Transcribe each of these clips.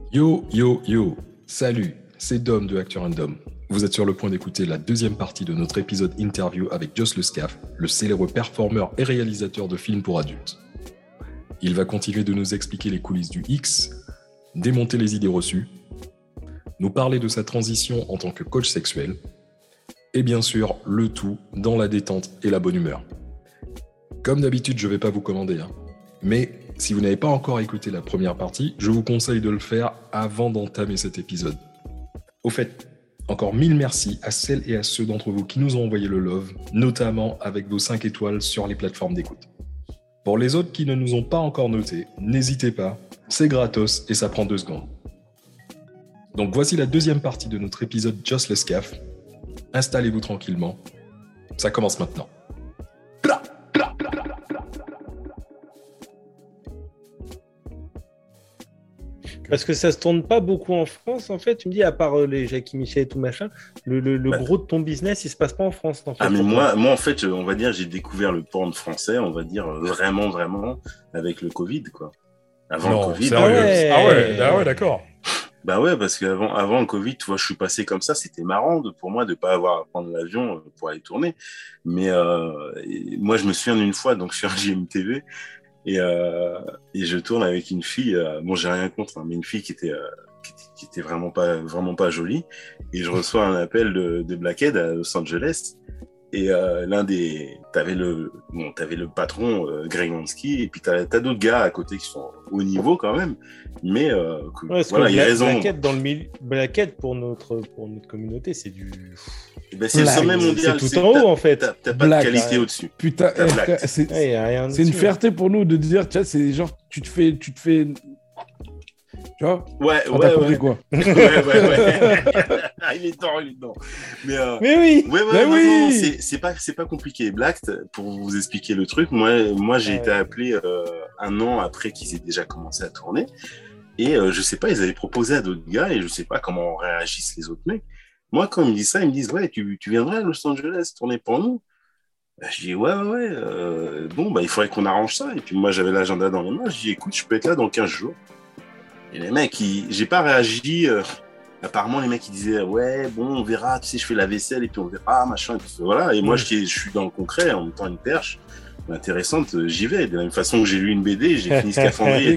Yo, yo, yo, salut, c'est Dom de Acteur Random. Vous êtes sur le point d'écouter la deuxième partie de notre épisode interview avec Joss Le Scaf, le célèbre performeur et réalisateur de films pour adultes. Il va continuer de nous expliquer les coulisses du X, démonter les idées reçues, nous parler de sa transition en tant que coach sexuel, et bien sûr, le tout dans la détente et la bonne humeur. Comme d'habitude, je ne vais pas vous commander, mais si vous n'avez pas encore écouté la première partie, je vous conseille de le faire avant d'entamer cet épisode. Au fait, encore 1000 merci à celles et à ceux d'entre vous qui nous ont envoyé le love, notamment avec vos 5 étoiles sur les plateformes d'écoute. Pour les autres qui ne nous ont pas encore notés, n'hésitez pas, c'est gratos et ça prend 2 secondes. Donc voici la deuxième partie de notre épisode Joss Le Scaf. Installez-vous tranquillement, ça commence maintenant. Parce que ça se tourne pas beaucoup en France, en fait. Tu me dis, à part les Jackie Michel et tout machin, le gros de ton business, il se passe pas en France, en fait. Ah, mais moi, en fait, on va dire, j'ai découvert le porn français, on va dire, vraiment, avec le Covid, quoi. Avant le Covid. Sérieux Ah ouais, d'accord. Bah ouais, parce qu'avant le Covid, tu vois, je suis passé comme ça, c'était marrant pour moi de pas avoir à prendre l'avion pour aller tourner. Mais moi, je me souviens d'une fois, donc sur GMTV, et je tourne avec une fille, bon, j'ai rien contre, mais une fille qui était vraiment pas jolie, et je reçois un appel de Blackhead à Los Angeles, et t'avais le patron Greg Hansky, et puis t'as d'autres gars à côté qui sont au niveau quand même, mais voilà, il y a raison. Blackhead dans le milieu, Blackhead pour notre communauté, c'est du. Ben, c'est le sommet mondial. C'est tout en haut, en fait. T'as pas de qualité au-dessus. Putain, c'est une fierté pour nous de dire, tu vois, c'est genre, tu te fais. Tu vois? Ouais. T'as compris quoi? Ouais. Il est dedans. Mais oui. Non, c'est pas compliqué. Black, pour vous expliquer le truc, moi j'ai été appelé 1 an après qu'ils aient déjà commencé à tourner. Et je sais pas, ils avaient proposé à d'autres gars et je sais pas comment réagissent les autres mecs. Moi, quand ils me disent ça, ils me disent, ouais, tu viendrais à Los Angeles tourner pour nous? Je dis, ouais. Bon, il faudrait qu'on arrange ça. Et puis moi, j'avais l'agenda dans les mains. Je dis, écoute, je peux être là dans 15 jours. Et les mecs, j'ai pas réagi. Apparemment, les mecs, ils disaient, ouais, bon, on verra, tu sais, je fais la vaisselle et puis on verra, machin. Et puis, voilà. Et moi, je suis dans le concret en mettant une perche intéressante. J'y vais. De la même façon que j'ai lu une BD, j'ai fini Scaphandrier.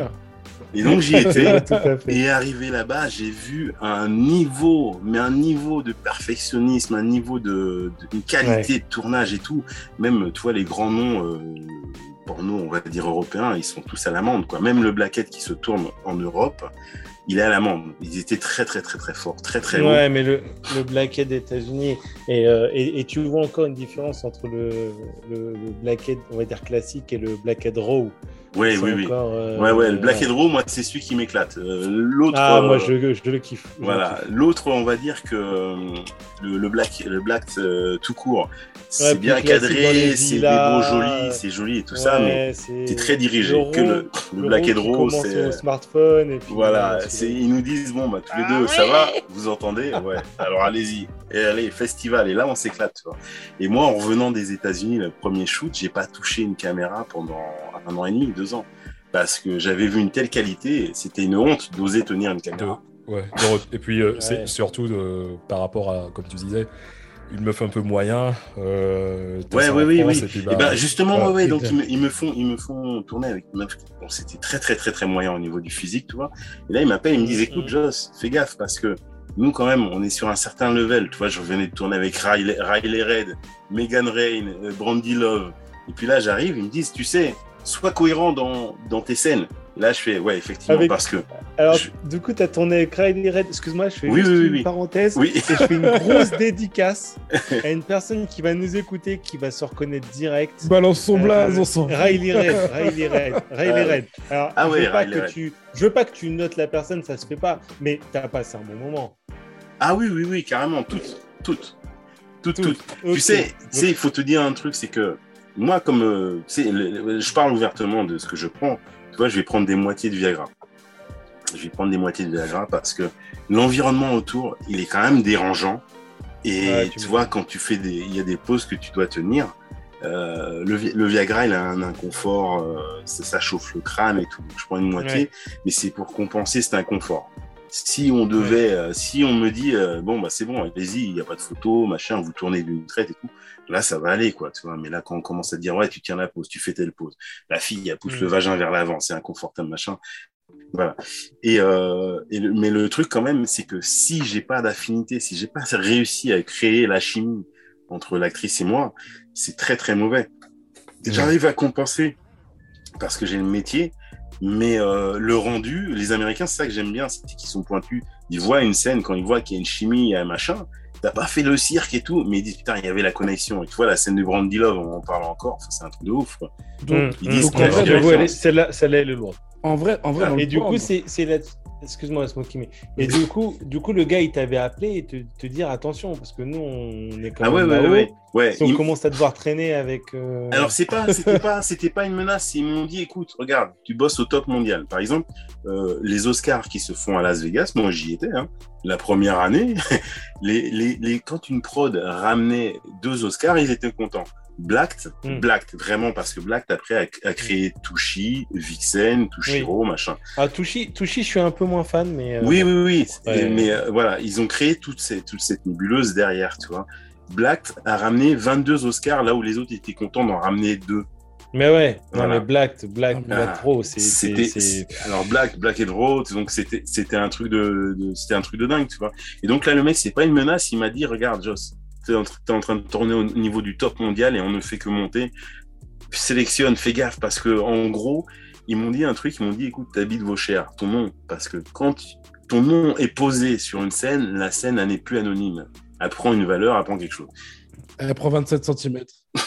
Et donc j'y étais, et arrivé là-bas, j'ai vu un niveau de perfectionnisme, un niveau de qualité de tournage et tout. Même, tu vois, les grands noms porno, on va dire européens, ils sont tous à l'amende, quoi. Même le Blackhead qui se tourne en Europe, il est à l'amende. Ils étaient très forts, très hauts. Ouais, mais le Blackhead des États-Unis, et tu vois encore une différence entre le Blackhead, on va dire classique, et le Blackhead Raw. Oui. Encore, le Blackhead Raw, moi, c'est celui qui m'éclate. L'autre. Moi, je le kiffe. Voilà. L'autre, on va dire que le Black tout court, c'est bien cadré, c'est des beaux jolis, c'est joli et tout ça, mais c'est très dirigé. Que le Blackhead Raw, c'est au smartphone. Et puis voilà. Ils nous disent, bon, tous les deux, ça va, vous entendez? Ouais. Alors, allez-y. Et allez, festival. Et là, on s'éclate, tu vois. Et moi, en revenant des États-Unis, le premier shoot, j'ai pas touché une caméra pendant 1 an et demi, 2 ans. Parce que j'avais vu une telle qualité, et c'était une honte d'oser tenir une caméra. Ouais. Et puis, c'est surtout par rapport à, comme tu disais, une meuf un peu moyen. Oui. Et puis, justement, donc ils me font tourner avec une meuf. Bon, c'était très moyen au niveau du physique, tu vois. Et là, ils m'appellent, ils me disent, écoute, Joss, fais gaffe, parce que nous, quand même, on est sur un certain level. Tu vois, je revenais de tourner avec Riley Reid, Megan Rain, Brandy Love. Et puis là, j'arrive, ils me disent, tu sais, sois cohérent dans tes scènes. Là, je fais, ouais, effectivement, parce que... Alors, du coup, tu as tourné avec Riley Reid. Excuse-moi, je fais une parenthèse. Oui. Et je fais une grosse dédicace à une personne qui va nous écouter, qui va se reconnaître direct. Balance son blaze, on s'en fout. Riley Reid. Alors, je veux pas que tu notes la personne, ça se fait pas, mais tu as passé un bon moment. Ah oui, carrément, toutes. Okay. Tu sais, il faut te dire un truc, c'est que moi, comme je parle ouvertement de ce que je prends, tu vois, je vais prendre des moitiés de Viagra. Parce que l'environnement autour, il est quand même dérangeant. Et tu vois, quand tu fais il y a des pauses que tu dois tenir. Le Viagra, il a un inconfort, ça chauffe le crâne et tout. Je prends une moitié, mais c'est pour compenser cet inconfort. Si on devait, si on me dit, bon, bah, c'est bon, allez-y, il n'y a pas de photo, machin, vous tournez d'une traite et tout, là, ça va aller, quoi, tu vois. Mais là, quand on commence à dire, ouais, tu tiens la pose, tu fais telle pose, la fille, elle pousse le vagin vers l'avant, c'est inconfortable, machin. Voilà. Mais le truc, quand même, c'est que si j'ai pas d'affinité, si j'ai pas réussi à créer la chimie entre l'actrice et moi, c'est très, très mauvais. J'arrive à compenser parce que j'ai le métier. Mais le rendu, les Américains, c'est ça que j'aime bien, c'est qu'ils sont pointus. Ils voient une scène, quand ils voient qu'il y a une chimie, un machin, t'as pas fait le cirque et tout, mais ils disent, putain, il y avait la connexion. Et tu vois, la scène de Brandy Love, on en parle encore, c'est un truc de ouf, quoi. Donc, ils disent, celle-là, elle est lourde. En vrai, et du coup, c'est la... Excuse-moi, c'est moi qui mets. Et du coup, le gars, il t'avait appelé et te dire attention, parce que nous, on est quand même là-haut. Ouais. Si on commence à devoir traîner avec. Alors, c'était pas une menace. Ils m'ont dit, écoute, regarde, tu bosses au top mondial. Par exemple, les Oscars qui se font à Las Vegas, moi, j'y étais. Hein, la première année, quand une prod ramenait 2 Oscars, ils étaient contents. Blacked, vraiment, parce que Blacked, après, a créé Touchy, Vixen, Touchiro, machin. Ah, Touchy, je suis un peu moins fan, mais... Oui. Mais voilà, ils ont créé toute cette nébuleuse derrière, tu vois. Blacked a ramené 22 Oscars, là où les autres étaient contents d'en ramener 2. Mais ouais, voilà. Non, mais Black Raw, alors Black and Raw, donc c'était un truc de dingue, tu vois. Et donc là, le mec, c'est pas une menace, il m'a dit, regarde, Joss, t'es en train de tourner au niveau du top mondial et on ne fait que monter. Sélectionne, fais gaffe, parce que en gros, ils m'ont dit un truc, ils m'ont dit, écoute, t'habites vos chairs, ton nom, parce que quand ton nom est posé sur une scène, la scène, elle n'est plus anonyme. Elle prend une valeur, elle prend quelque chose. Elle prend 27 cm.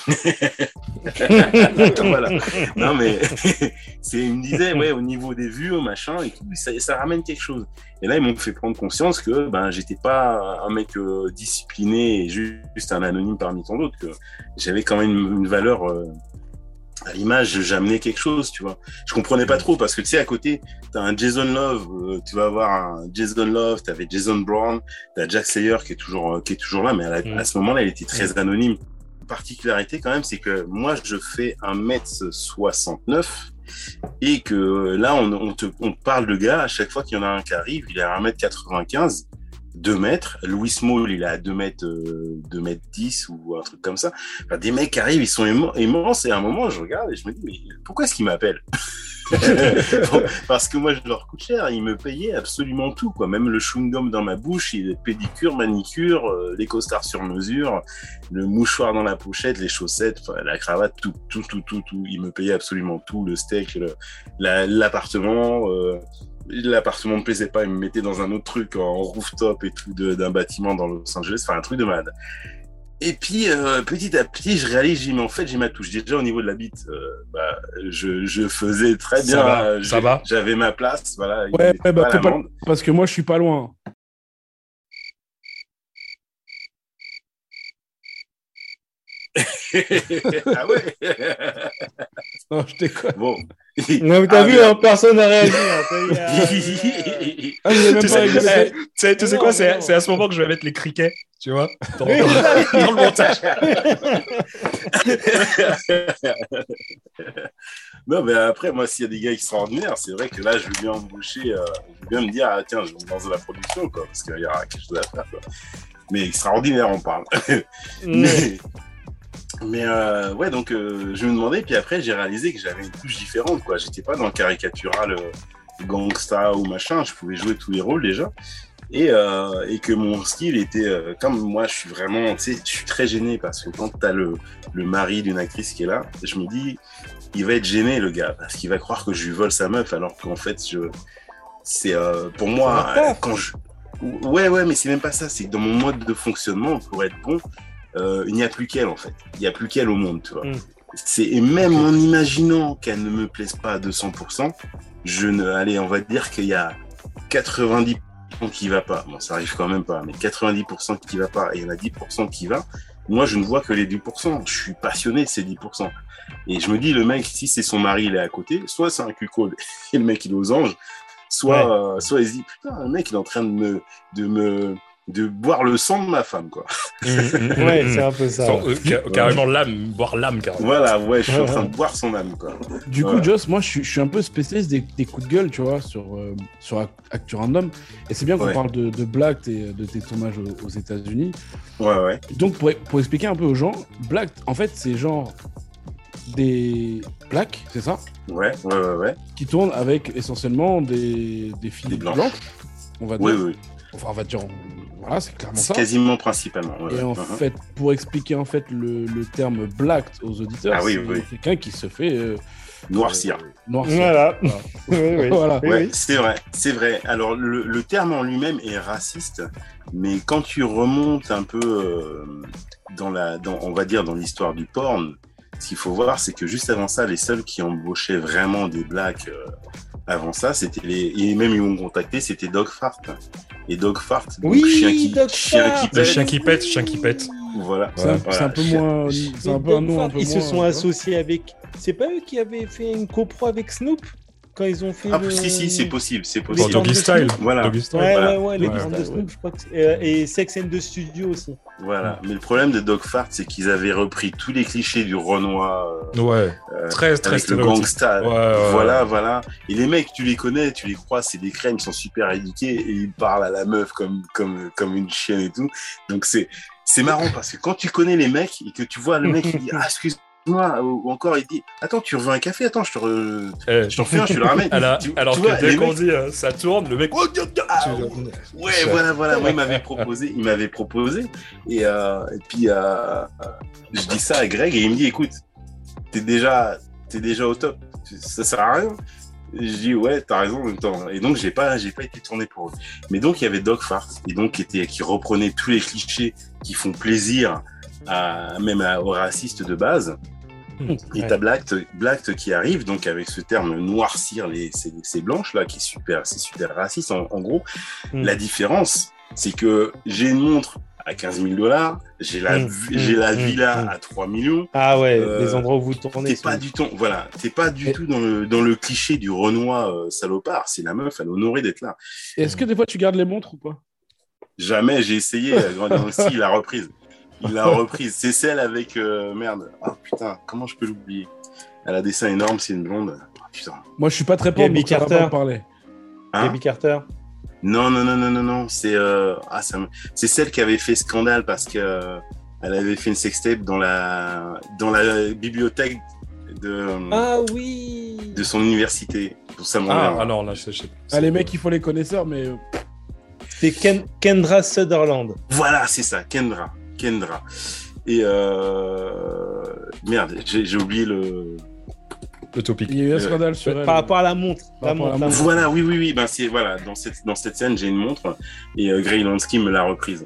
Voilà. Non, mais il me disait, ouais, au niveau des vues, au machin, et tout, ça ramène quelque chose. Et là, ils m'ont fait prendre conscience que j'étais pas un mec discipliné et juste un anonyme parmi tant d'autres, que j'avais quand même une valeur à l'image, j'amenais quelque chose, tu vois. Je comprenais pas trop parce que tu sais, à côté, t'as un Jason Love, tu vas avoir un Jason Love, t'avais Jason Brown, t'as Jack Slayer qui est toujours là, mais à ce moment-là, il était très anonyme. Particularité quand même, c'est que moi, je fais 1m69 et que là, on parle de gars, à chaque fois qu'il y en a un qui arrive, il est à 1m95. 2 mètres, Louis Small il est à 2 mètres 10 ou un truc comme ça. Enfin, des mecs qui arrivent, ils sont immenses et à un moment je regarde et je me dis mais pourquoi est-ce qu'ils m'appellent? Parce que moi je leur coûte cher, ils me payaient absolument tout, quoi. Même le chewing-gum dans ma bouche, pédicure, manicure, les costards sur mesure, le mouchoir dans la pochette, les chaussettes, la cravate, tout. Ils me payaient absolument tout, le steak, l'appartement. L'appartement me plaisait pas, il me mettait dans un autre truc en rooftop et tout d'un bâtiment dans Los Angeles, enfin un truc de malade. Et puis petit à petit, je réalise, mais en fait j'ai ma touche. Déjà au niveau de la bite, je faisais très bien. Ça va. J'avais ma place, voilà. Ouais, parce que moi je suis pas loin. Ah ouais. Non, je déconne. Bon. Non, mais t'as vu, personne n'a réagi. Tu sais quoi, c'est à ce moment que je vais mettre les criquets, tu vois, dans le montage. Non, mais après, moi, s'il y a des gars extraordinaires, c'est vrai que là, je veux bien embaucher, je veux bien me dire, ah, tiens, je vais me lancer la production, quoi, parce qu'il y aura quelque chose à faire, quoi. Mais extraordinaire, on parle. Mais ouais, donc je me demandais, puis après j'ai réalisé que j'avais une touche différente, quoi. J'étais pas dans le caricatural gangsta ou machin, je pouvais jouer tous les rôles déjà. Et que mon style était comme moi, je suis vraiment, tu sais, je suis très gêné parce que quand t'as le mari d'une actrice qui est là, je me dis, il va être gêné le gars parce qu'il va croire que je lui vole sa meuf alors qu'en fait c'est pour moi quand je ouais, mais c'est même pas ça, c'est que dans mon mode de fonctionnement pour être bon. Il n'y a plus qu'elle en fait. Il n'y a plus qu'elle au monde, tu vois. Et même en imaginant qu'elle ne me plaise pas à 200%, allez, on va dire qu'il y a 90% qui va pas. Bon, ça arrive quand même pas, mais 90% qui va pas et il y en a 10% qui va. Moi, je ne vois que les 10%. Je suis passionné de ces 10%. Et je me dis, le mec, si c'est son mari, il est à côté, soit c'est un cuckold et le mec, il est aux anges, soit il se dit, putain, le mec, il est en train de me de boire le sang de ma femme, quoi. Ouais, c'est un peu ça. Carrément l'âme, boire l'âme, carrément. Voilà, ouais, je suis en train de boire son âme, quoi. Du coup, Joss, moi, je suis un peu spécialiste des coups de gueule, tu vois, sur Actu Random. Et c'est bien qu'on parle de Black et de tes tournages aux États-Unis. Ouais. Donc, pour expliquer un peu aux gens, Black, en fait, c'est genre des plaques, c'est ça? Ouais. Qui tournent avec essentiellement des filles blanches, on va dire. Oui. Enfin, on va dire, voilà, c'est clairement ça. C'est quasiment principalement. Ouais. Et en fait, pour expliquer en fait le terme black aux auditeurs, c'est quelqu'un qui se fait noircir. Voilà. Voilà. Ouais, c'est vrai. Alors, le terme en lui-même est raciste, mais quand tu remontes un peu on va dire dans l'histoire du porn, ce qu'il faut voir, c'est que juste avant ça, les seuls qui embauchaient vraiment des blacks avant ça, c'était et même ils m'ont contacté, c'était Dog Fart. Et Dog Fart, donc chien qui pète. Voilà. C'est un peu moins. C'est un peu un nom un peu moins. Ils se sont associés avec. C'est pas eux qui avaient fait une copro avec Snoop quand ils ont fait. Ah, si, c'est possible. Doggy Style. Voilà. Ouais, les bandes de Snoop, je crois que et Sex and the Studio aussi. Voilà. Mais le problème de Dog Fart, c'est qu'ils avaient repris tous les clichés du Renoir. Très avec le gangsta. Voilà. Et les mecs, tu les connais, tu les crois, c'est des crèmes, ils sont super éduqués et ils parlent à la meuf comme une chienne et tout. Donc c'est marrant parce que quand tu connais les mecs et que tu vois le mec qui dit excuse-moi, ou encore il dit attends, tu veux un café, attends, je te refais un, je te le ramène. Alors que dès qu'on dit ça tourne, le mec voilà. Moi, il m'avait proposé et puis je dis ça à Greg et il me dit écoute, t'es déjà au top, ça sert à rien. Je dis ouais, t'as raison en même temps. Et donc j'ai pas été tourné pour eux. Mais donc il y avait Dog Fart et donc qui reprenait tous les clichés qui font plaisir aux racistes de base. Et t'as Black qui arrive donc avec ce terme noircir ces blanches là qui c'est super raciste en gros. La différence, c'est que j'ai une montre à 15 000 $, j'ai la villa à 3 millions. Ah ouais, les endroits où vous tournez. T'es pas du tout dans le cliché du Renoir salopard. C'est la meuf, elle est honorée d'être là. Est-ce que des fois tu gardes les montres ou pas? Jamais, j'ai essayé. Aussi, il l'a reprise. C'est celle avec merde. Ah putain, comment je peux l'oublier? Elle a des seins énormes, c'est une blonde. Oh, putain. Moi, je suis pas très pauvre, donc ça va pas me parler. Gaby Carter. Non. C'est celle qui avait fait scandale parce que elle avait fait une sextape dans la bibliothèque de son université. Pour ça, non, là, je sais. Les mecs, il faut les connaisseurs, mais. C'est Kendra Sutherland. Voilà, c'est ça, Kendra. Et merde, j'ai oublié le topic. Il y a eu un scandale sur elle. Par rapport à la montre. Voilà, oui. Ben, dans cette scène, j'ai une montre et Grey Lansky me l'a reprise.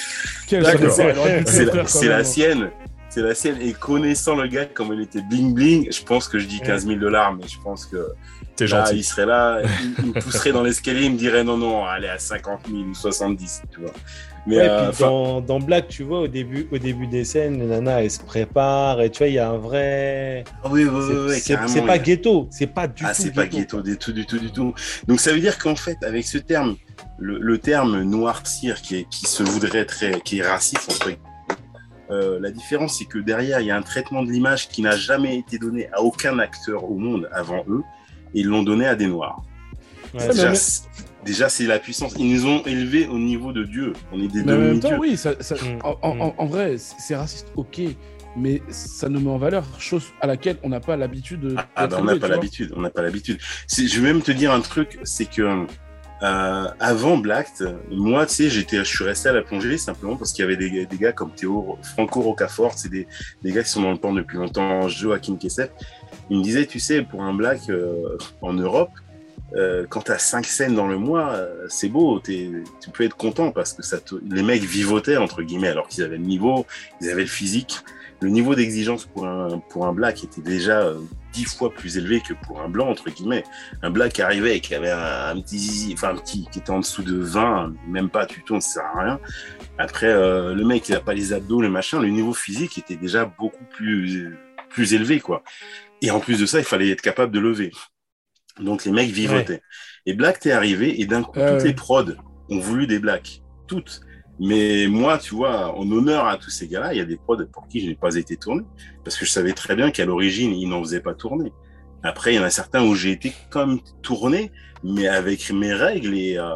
C'est la sienne. C'est la sienne. Et connaissant le gars, comme il était bling bling, je pense que je dis 15 000 $, mais je pense que t'es gentil. Il serait là, il me pousserait dans l'escalier, il me dirait non, allez à 50 000 ou 70, tu vois. Mais puis dans Black, tu vois, au début des scènes, les nanas, elles se préparent et tu vois, il y a un vrai. Oui, c'est pas ghetto, c'est pas du tout. C'est pas ghetto du tout. Donc ça veut dire qu'en fait, avec ce terme, le terme noircir qui se voudrait qui est raciste, entre guillemets, la différence, c'est que derrière, il y a un traitement de l'image qui n'a jamais été donné à aucun acteur au monde avant eux, et ils l'ont donné à des Noirs. Ouais, déjà, c'est la puissance. Ils nous ont élevés au niveau de Dieu. On est des demi-dieux. Oui, en vrai, c'est raciste, ok, mais ça nous met en valeur, chose à laquelle on n'a pas l'habitude. On n'a pas l'habitude. Je vais même te dire un truc, c'est que avant Black, moi, tu sais, je suis resté à la plongée simplement parce qu'il y avait des gars comme Franco Rocafort, c'est des gars qui sont dans le porn depuis longtemps, Joachim Kessep. Il me disait, tu sais, pour un Black en Europe, quand t'as 5 scènes dans le mois, c'est beau, tu peux être content parce que les mecs vivotaient, entre guillemets, alors qu'ils avaient le niveau, ils avaient le physique. Le niveau d'exigence pour un Black était déjà 10 fois plus élevé que pour un blanc, entre guillemets. Un Black qui arrivait et qui avait un petit zizi, qui était en dessous de 20, même pas, tu tournes, ça sert à rien. Après, le mec, il a pas les abdos, le machin, le niveau physique était déjà beaucoup plus élevé, quoi. Et en plus de ça, il fallait être capable de lever. Donc les mecs vivotaient. Ouais. Et Black t'est arrivé et d'un coup, toutes les prods ont voulu des Blacks. Toutes. Mais moi, tu vois, en honneur à tous ces gars-là, il y a des prods pour qui je n'ai pas été tourné. Parce que je savais très bien qu'à l'origine, ils n'en faisaient pas tourner. Après, il y en a certains où j'ai été comme tourné, mais avec mes règles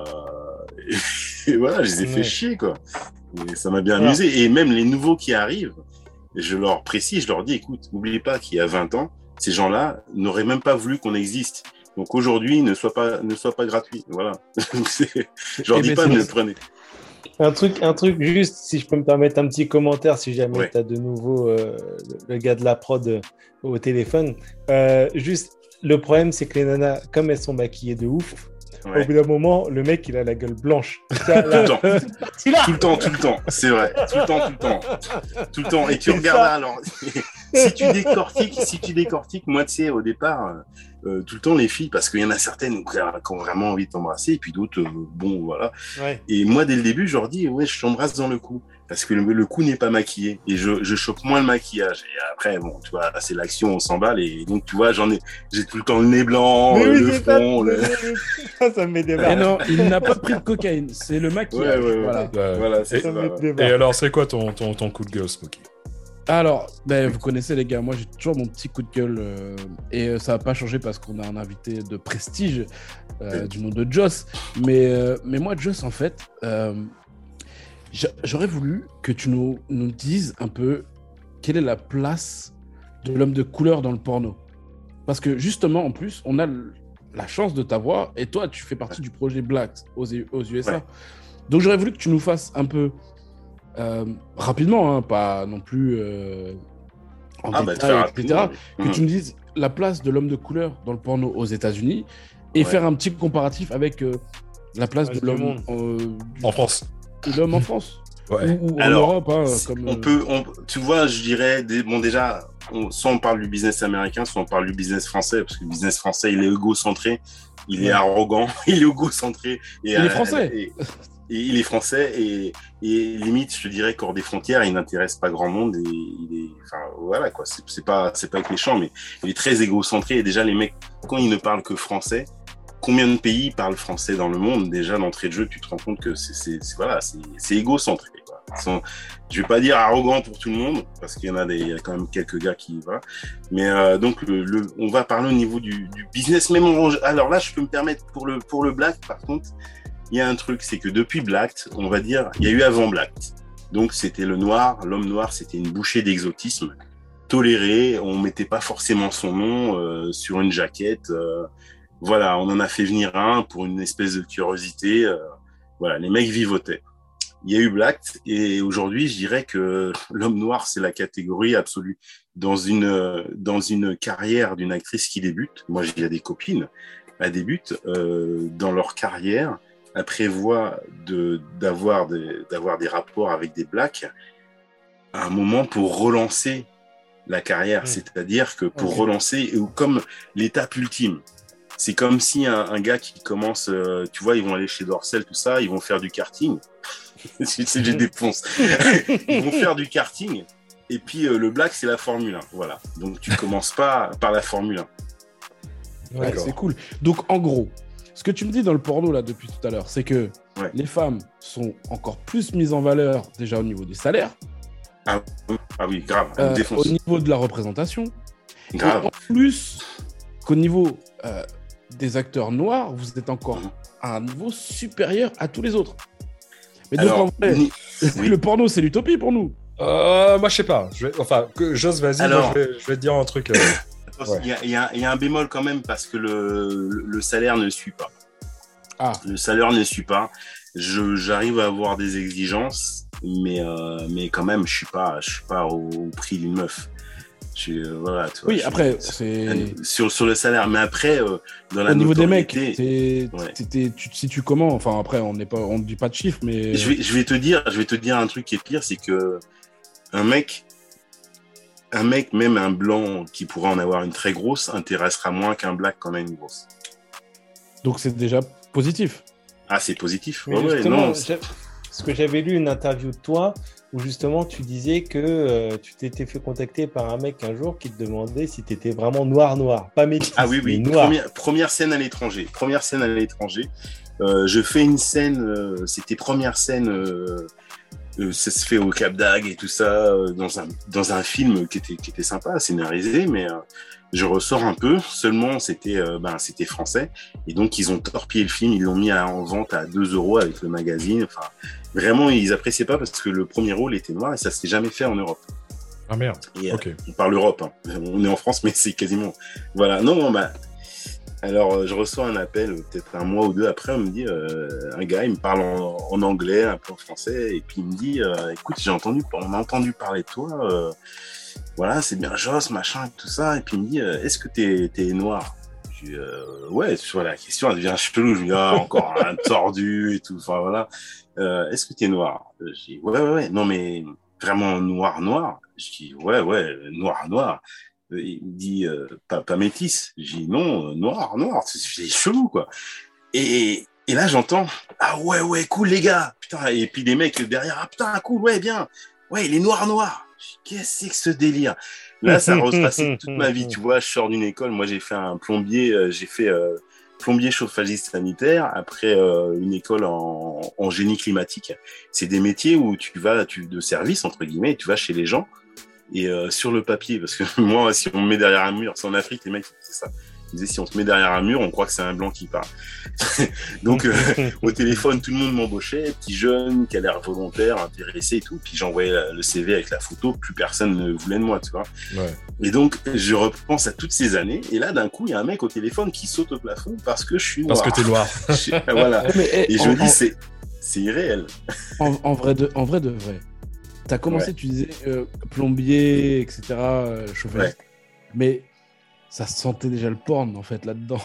et voilà, je les ai fait chier, quoi. Et ça m'a bien amusé. Et même les nouveaux qui arrivent, je leur précise, je leur dis, écoute, n'oubliez pas qu'il y a 20 ans, ces gens-là n'auraient même pas voulu qu'on existe. Donc aujourd'hui, ne sois pas gratuit. Voilà. Je leur dis pas, ne le prenez. Un truc juste, si je peux me permettre un petit commentaire, si jamais tu as de nouveau le gars de la prod au téléphone. Juste, le problème, c'est que les nanas, comme elles sont maquillées de ouf, au bout d'un moment, le mec, il a la gueule blanche. Tout le temps. C'est vrai. Tout le temps. Et tu regardes alors, si tu décortiques, moi, tu sais, au départ, tout le temps, les filles, parce qu'il y en a certaines qui ont vraiment envie de t'embrasser, et puis d'autres, bon, voilà. Ouais. Et moi, dès le début, je leur dis, ouais, je t'embrasse dans le cou. Parce que le cou n'est pas maquillé et je chope moins le maquillage. Et après, bon, tu vois, c'est l'action, on s'emballe et donc, tu vois, j'ai tout le temps le nez blanc, le front. Ça me met des barres. Non, il n'a pas pris de cocaïne, c'est le maquillage. Voilà, c'est ça. Et alors, c'est quoi ton coup de gueule, Smokey? Alors, vous connaissez les gars, moi j'ai toujours mon petit coup de gueule et ça va pas changer parce qu'on a un invité de prestige du nom de Joss. Mais moi, Joss, en fait, j'aurais voulu que tu nous dises un peu quelle est la place de l'homme de couleur dans le porno. Parce que justement, en plus, on a la chance de t'avoir et toi, tu fais partie du projet Black aux USA. Ouais. Donc, j'aurais voulu que tu nous fasses un peu rapidement, hein, pas non plus en détail, etc. Que tu me dises la place de l'homme de couleur dans le porno aux États-Unis et faire un petit comparatif avec la place de l'homme en France. L'homme en France ou alors, en Europe, hein, tu vois, je dirais, déjà, soit on parle du business américain, soit on parle du business français, parce que le business français, il est égocentré, il est arrogant, il est égocentré. Il est français. Il est français et limite, je te dirais qu'hors des frontières, il n'intéresse pas grand monde et voilà quoi. C'est pas avec les champs, mais il est très égocentré. Et déjà, les mecs, quand ils ne parlent que français, combien de pays parlent français dans le monde? Déjà, d'entrée de jeu, tu te rends compte que c'est égocentré, quoi. Je vais pas dire arrogant pour tout le monde, parce qu'il y a quand même quelques gars qui va. Mais donc, on va parler au niveau du business. Même alors là, je peux me permettre pour le Black, par contre. Il y a un truc, c'est que depuis Black, on va dire, il y a eu avant Black. Donc, c'était l'homme noir, c'était une bouchée d'exotisme toléré. On mettait pas forcément son nom sur une jaquette. Voilà, on en a fait venir un pour une espèce de curiosité. Voilà, les mecs vivotaient. Il y a eu Black et aujourd'hui, je dirais que l'homme noir, c'est la catégorie absolue. Dans une carrière d'une actrice qui débute, moi, j'ai des copines, elles débutent dans leur carrière. Elle prévoit d'avoir des rapports avec des blacks à un moment pour relancer la carrière. C'est-à-dire que pour relancer, comme l'étape ultime, c'est comme si un gars qui commence, tu vois, ils vont aller chez Dorsel, tout ça, ils vont faire du karting. J'ai des ponces. Ils vont faire du karting. Et puis le black, c'est la Formule 1. Voilà. Donc tu commences pas par la Formule 1. Ouais, c'est cool. Donc en gros, ce que tu me dis dans le porno là depuis tout à l'heure, c'est que les femmes sont encore plus mises en valeur déjà au niveau des salaires. Ah oui, grave. Au niveau de la représentation. Grave. Et en plus qu'au niveau des acteurs noirs, vous êtes encore à un niveau supérieur à tous les autres. Mais donc en vrai, le porno c'est l'utopie pour nous. Moi je sais pas. Joss, vas-y, moi, je vais te dire un truc. Il y a un bémol quand même parce que le salaire ne suit pas. Le salaire ne suit pas. J'arrive à avoir des exigences, mais quand même, je suis pas au prix d'une meuf. Voilà, tu vois, après, c'est... Sur le salaire. Mais après, dans la au niveau des mecs, tu te situes comment? Enfin, après, on ne dit pas de chiffres, mais... Je vais te dire un truc qui est pire, c'est que un mec, même un blanc qui pourrait en avoir une très grosse, intéressera moins qu'un black qu'on a une grosse. Donc c'est déjà positif. Ah, c'est positif. Non. Parce que j'avais lu une interview de toi où justement tu disais que tu t'étais fait contacter par un mec un jour qui te demandait si tu étais vraiment noir, pas métis. Ah oui, mais noir. Première scène à l'étranger. Je fais une scène, c'était première scène, ça se fait au Cap d'Agde et tout ça, dans un film qui était sympa, scénarisé, mais je ressors un peu. Seulement, c'était français, et donc ils ont torpillé le film, ils l'ont mis en vente à 2 € avec le magazine. Enfin, vraiment, ils appréciaient pas parce que le premier rôle était noir et ça s'est jamais fait en Europe. Ah merde. Et, ok. On parle Europe, hein. On est en France, mais c'est quasiment. Voilà. Non, bah. Alors, je reçois un appel peut-être un mois ou deux après, on me dit, un gars, il me parle en anglais, un peu en français, et puis il me dit, écoute, on a entendu parler de toi, voilà, c'est bien Joss, machin, et tout ça, et puis il me dit, est-ce que t'es noir? Je dis, ouais, tu vois, la question, elle devient chelou, je me dis, encore un tordu, et tout, enfin voilà, est-ce que t'es noir? Je dis, ouais, non, mais vraiment noir? Je dis, ouais, noir. Il me dit pas métis. J'ai dit non, noir, c'est chelou quoi. Et là j'entends ah ouais cool les gars, putain, et puis des mecs derrière, ah putain cool, ouais bien, ouais il est noir. Qu'est-ce que c'est que ce délire? Là ça a retracé toute ma vie, tu vois, je sors d'une école, moi j'ai fait un plombier, plombier chauffagiste sanitaire, après une école en génie climatique. C'est des métiers où de service entre guillemets, tu vas chez les gens. Et sur le papier, parce que moi, si on me met derrière un mur, c'est en Afrique, les mecs, c'est ça. Ils disaient, si on se met derrière un mur, on croit que c'est un blanc qui parle. Donc, au téléphone, tout le monde m'embauchait, petit jeune, qui a l'air volontaire, intéressé et tout. Puis j'envoyais le CV avec la photo, plus personne ne voulait de moi, tu vois. Ouais. Et donc, je repense à toutes ces années. Et là, d'un coup, il y a un mec au téléphone qui saute au plafond parce que je suis noir. Parce que t'es noir. Voilà. Et je me dis, c'est irréel. En vrai de vrai. T'as commencé, tu disais plombier, etc., chauffagiste. Ouais. Mais ça sentait déjà le porn, en fait, là-dedans.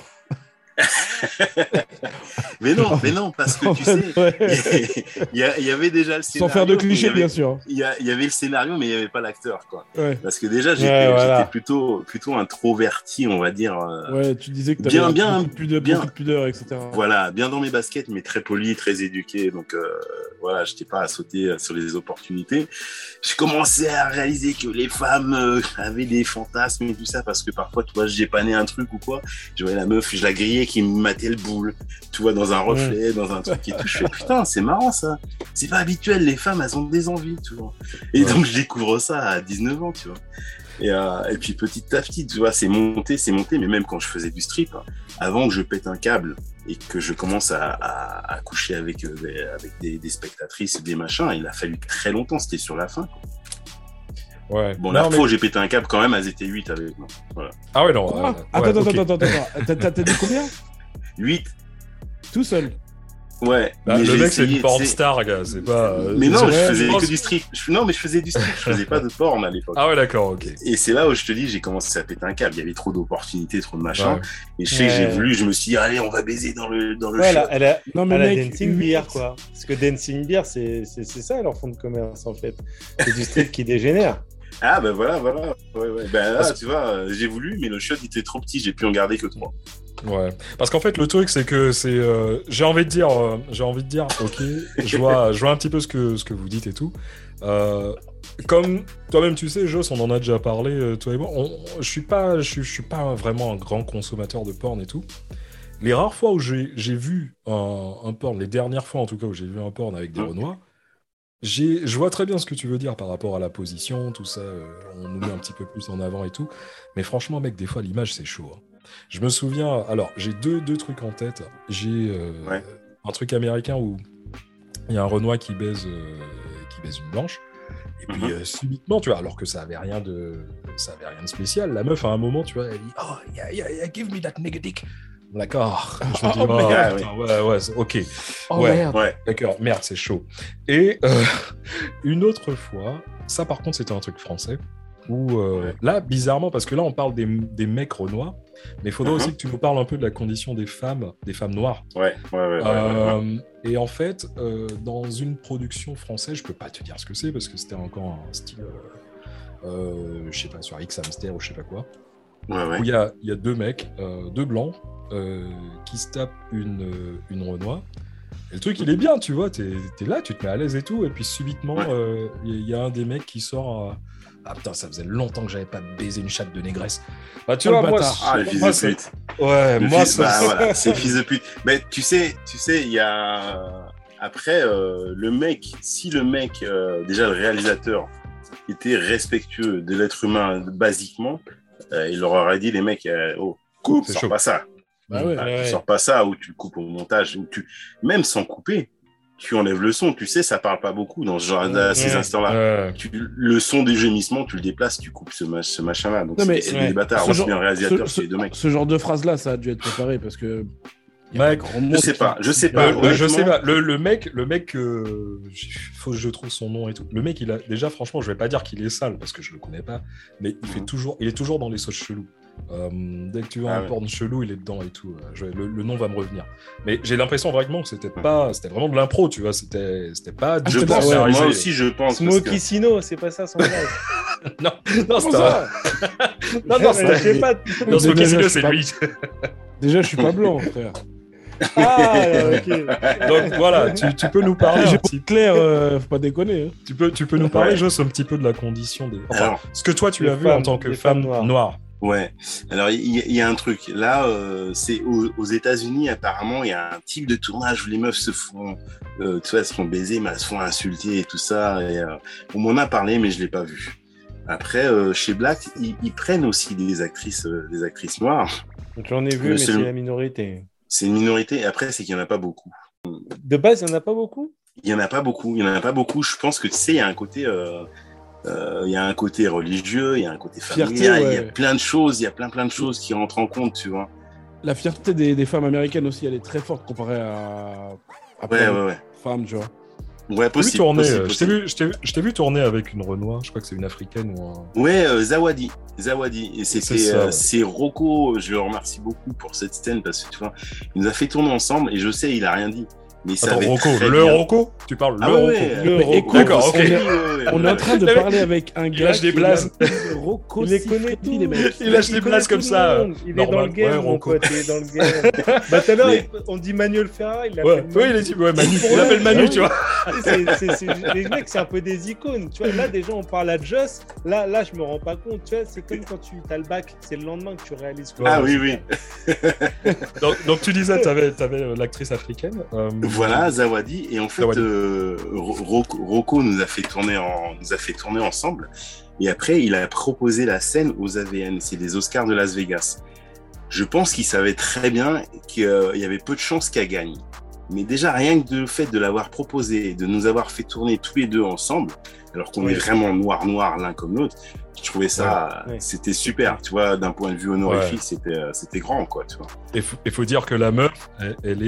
mais non, parce que tu sais, il y avait déjà le scénario. Sans faire de clichés, bien sûr. Il y avait le scénario, mais il n'y avait pas l'acteur, quoi. Ouais. Parce que déjà, j'étais plutôt introverti, on va dire. Ouais, tu disais que tu avais beaucoup de pudeur, etc. Voilà, bien dans mes baskets, mais très poli, très éduqué. Donc, voilà, je n'étais pas à sauter sur les opportunités. Je commençais à réaliser que les femmes avaient des fantasmes et tout ça, parce que parfois, tu vois, j'ai pané un truc ou quoi. Je voyais la meuf, je la grillais qui me matait le boule, tu vois, dans un reflet, dans un truc et tout. Je fais, putain, c'est marrant ça. C'est pas habituel, les femmes, elles ont des envies, tu vois. Et donc, je découvre ça à 19 ans, tu vois. Et puis, petit à petit, tu vois, c'est monté, mais même quand je faisais du strip, avant que je pète un câble et que je commence à coucher avec des spectatrices, des machins, il a fallu très longtemps, c'était sur la fin, quoi. Ouais. Bon, la fois, j'ai pété un câble quand même, elles étaient 8 avec moi. Voilà. Ah ouais, non. Attends. T'as dit combien? 8. Tout seul? Ouais. Bah, le mec, c'est une porn star, gars. C'est pas. Mais non, je faisais que du strip. Mais je faisais du strip. Je faisais pas de porn à l'époque. Ah ouais, d'accord, ok. Et c'est là où je te dis, j'ai commencé à péter un câble. Il y avait trop d'opportunités, trop de machins. Ouais. Et je sais que j'ai voulu, je me suis dit, allez, on va baiser dans le shop. Elle a Dancing Beer, quoi. Parce que Dancing Beer, c'est ça leur fond de commerce, en fait. C'est du strip qui dégénère. Ah ben voilà. Ouais. Ben là, tu vois, j'ai voulu, mais le shot était trop petit, j'ai pu en garder que 3. Ouais, parce qu'en fait le truc c'est que j'ai envie de dire, ok, je vois un petit peu ce que vous dites et tout. Comme toi-même tu sais, Joss, on en a déjà parlé, toi et moi. Je suis pas vraiment un grand consommateur de porn et tout. Les rares fois où j'ai vu un porn, les dernières fois en tout cas où j'ai vu un porn avec des Renois. Je vois très bien ce que tu veux dire par rapport à la position, tout ça, on nous met un petit peu plus en avant et tout, mais franchement mec, des fois l'image c'est chaud, hein. Je me souviens, alors j'ai deux trucs en tête, j'ai un truc américain où il y a un Renois qui baise une blanche, et puis subitement, tu vois, alors que ça avait rien de spécial, la meuf à un moment, tu vois, elle dit « Oh, yeah, give me that nigga dick ». D'accord. Je me dis, ouais, ok. Merde. Ouais, d'accord, merde, c'est chaud. Et une autre fois, ça par contre, c'était un truc français, où là, bizarrement, parce que là, on parle des mecs renois, mais il faudrait aussi que tu nous parles un peu de la condition des femmes noires. Ouais. Et en fait, dans une production française, je peux pas te dire ce que c'est, parce que c'était encore un style, je sais pas, sur X-Hamster ou je sais pas quoi. Où il y a deux mecs, deux blancs, qui se tapent une Renois. Et le truc, il est bien, tu vois. T'es là, tu te mets à l'aise et tout. Et puis subitement, il y a un des mecs qui sort. Ah putain, ça faisait longtemps que j'avais pas baisé une chatte de négresse. Bah, tu vois, moi. Le fils de pute. Ouais, moi, voilà, c'est fils de pute. Mais tu sais, il y a. Après, le mec, si le mec, déjà le réalisateur, était respectueux de l'être humain basiquement, il leur aurait dit, les mecs, coupe, sors pas ça. Tu sors pas ça, ou tu le coupes au montage, ou même sans couper, tu enlèves le son. Tu sais, ça parle pas beaucoup dans ce genre, à ces instants-là. Le son des gémissements, tu le déplaces, tu coupes ce machin-là. Donc, c'est des bâtards. Aussi bien réalisateur que les deux mecs. Ce genre de phrase-là, ça a dû être préparé parce que. Mec, je sais pas. je sais pas. Le mec, faut que je trouve son nom et tout. Le mec, déjà, franchement, je vais pas dire qu'il est sale parce que je le connais pas, mais il est toujours dans les sauces cheloues. Dès que tu vois un porn chelou, il est dedans et tout. Le nom va me revenir. Mais j'ai l'impression vraiment que c'était vraiment de l'impro, tu vois. C'était pas. Je pense. Moi aussi, je pense. Smokey Sino, c'est pas ça son nom. Non, c'est ça. Non, je sais pas. Non, Smokey Sino, c'est lui. Déjà, je suis pas blanc, frère. Ah, ok. Donc voilà, tu peux nous parler. J'ai clair, faut pas déconner. Hein. Tu peux nous parler, Joss, un petit peu de la condition des. Enfin, ce que toi tu as vu en tant que femme noire. Ouais. Alors il y a un truc. Là, c'est aux États-Unis apparemment, il y a un type de tournage où les meufs se font, se font baiser, mais elles se font insulter et tout ça. Et, on m'en a parlé, mais je l'ai pas vu. Après, chez Black, ils prennent aussi des actrices noires. J'en ai vu, mais c'est la minorité. C'est une minorité. Après, c'est qu'il n'y en a pas beaucoup. De base, il n'y en a pas beaucoup ? Il n'y en a pas beaucoup. Je pense que, tu sais, il y a un côté religieux, il y a un côté familial, il y a plein de choses, plein de choses qui rentrent en compte, tu vois. La fierté des femmes américaines aussi, elle est très forte comparée à femmes, tu vois. Ouais, possible. Je t'ai vu tourner avec une Renoir, je crois que c'est une africaine ou un... Ouais, Zawadi. Et c'est Rocco, je le remercie beaucoup pour cette scène parce que tu vois, il nous a fait tourner ensemble et je sais, il a rien dit. Mais attends, Rocco, tu parles Rocco. Écoute, d'accord, ok. On est en train de parler avec un gars. Il lâche des blazes. Rocco, il les connaît tous les mecs. Il lâche des blazes comme ça. Il est dans le game, mon pote. Il est dans le game. Bah tout à l'heure, on dit Manuel Ferrara. Il l'appelle Manu, tu vois. Les mecs, c'est un peu des icônes. Tu vois, là déjà, on parle à Joss. Là, je me rends pas compte. Tu vois, c'est comme quand tu as le bac, c'est le lendemain que tu réalises. Ah oui. Donc tu disais, t'avais l'actrice africaine. Voilà, Zawadi. Et en fait, Rocco nous a fait tourner ensemble. Et après, il a proposé la scène aux AVN. C'est les Oscars de Las Vegas. Je pense qu'il savait très bien qu'il y avait peu de chances qu'elle gagne. Mais déjà, rien que le fait de l'avoir proposé, de nous avoir fait tourner tous les deux ensemble, alors qu'on est vraiment noir l'un comme l'autre, je trouvais ça, c'était super, tu vois, d'un point de vue honorifique, c'était grand, quoi, tu vois. Et faut dire que la meuf, elle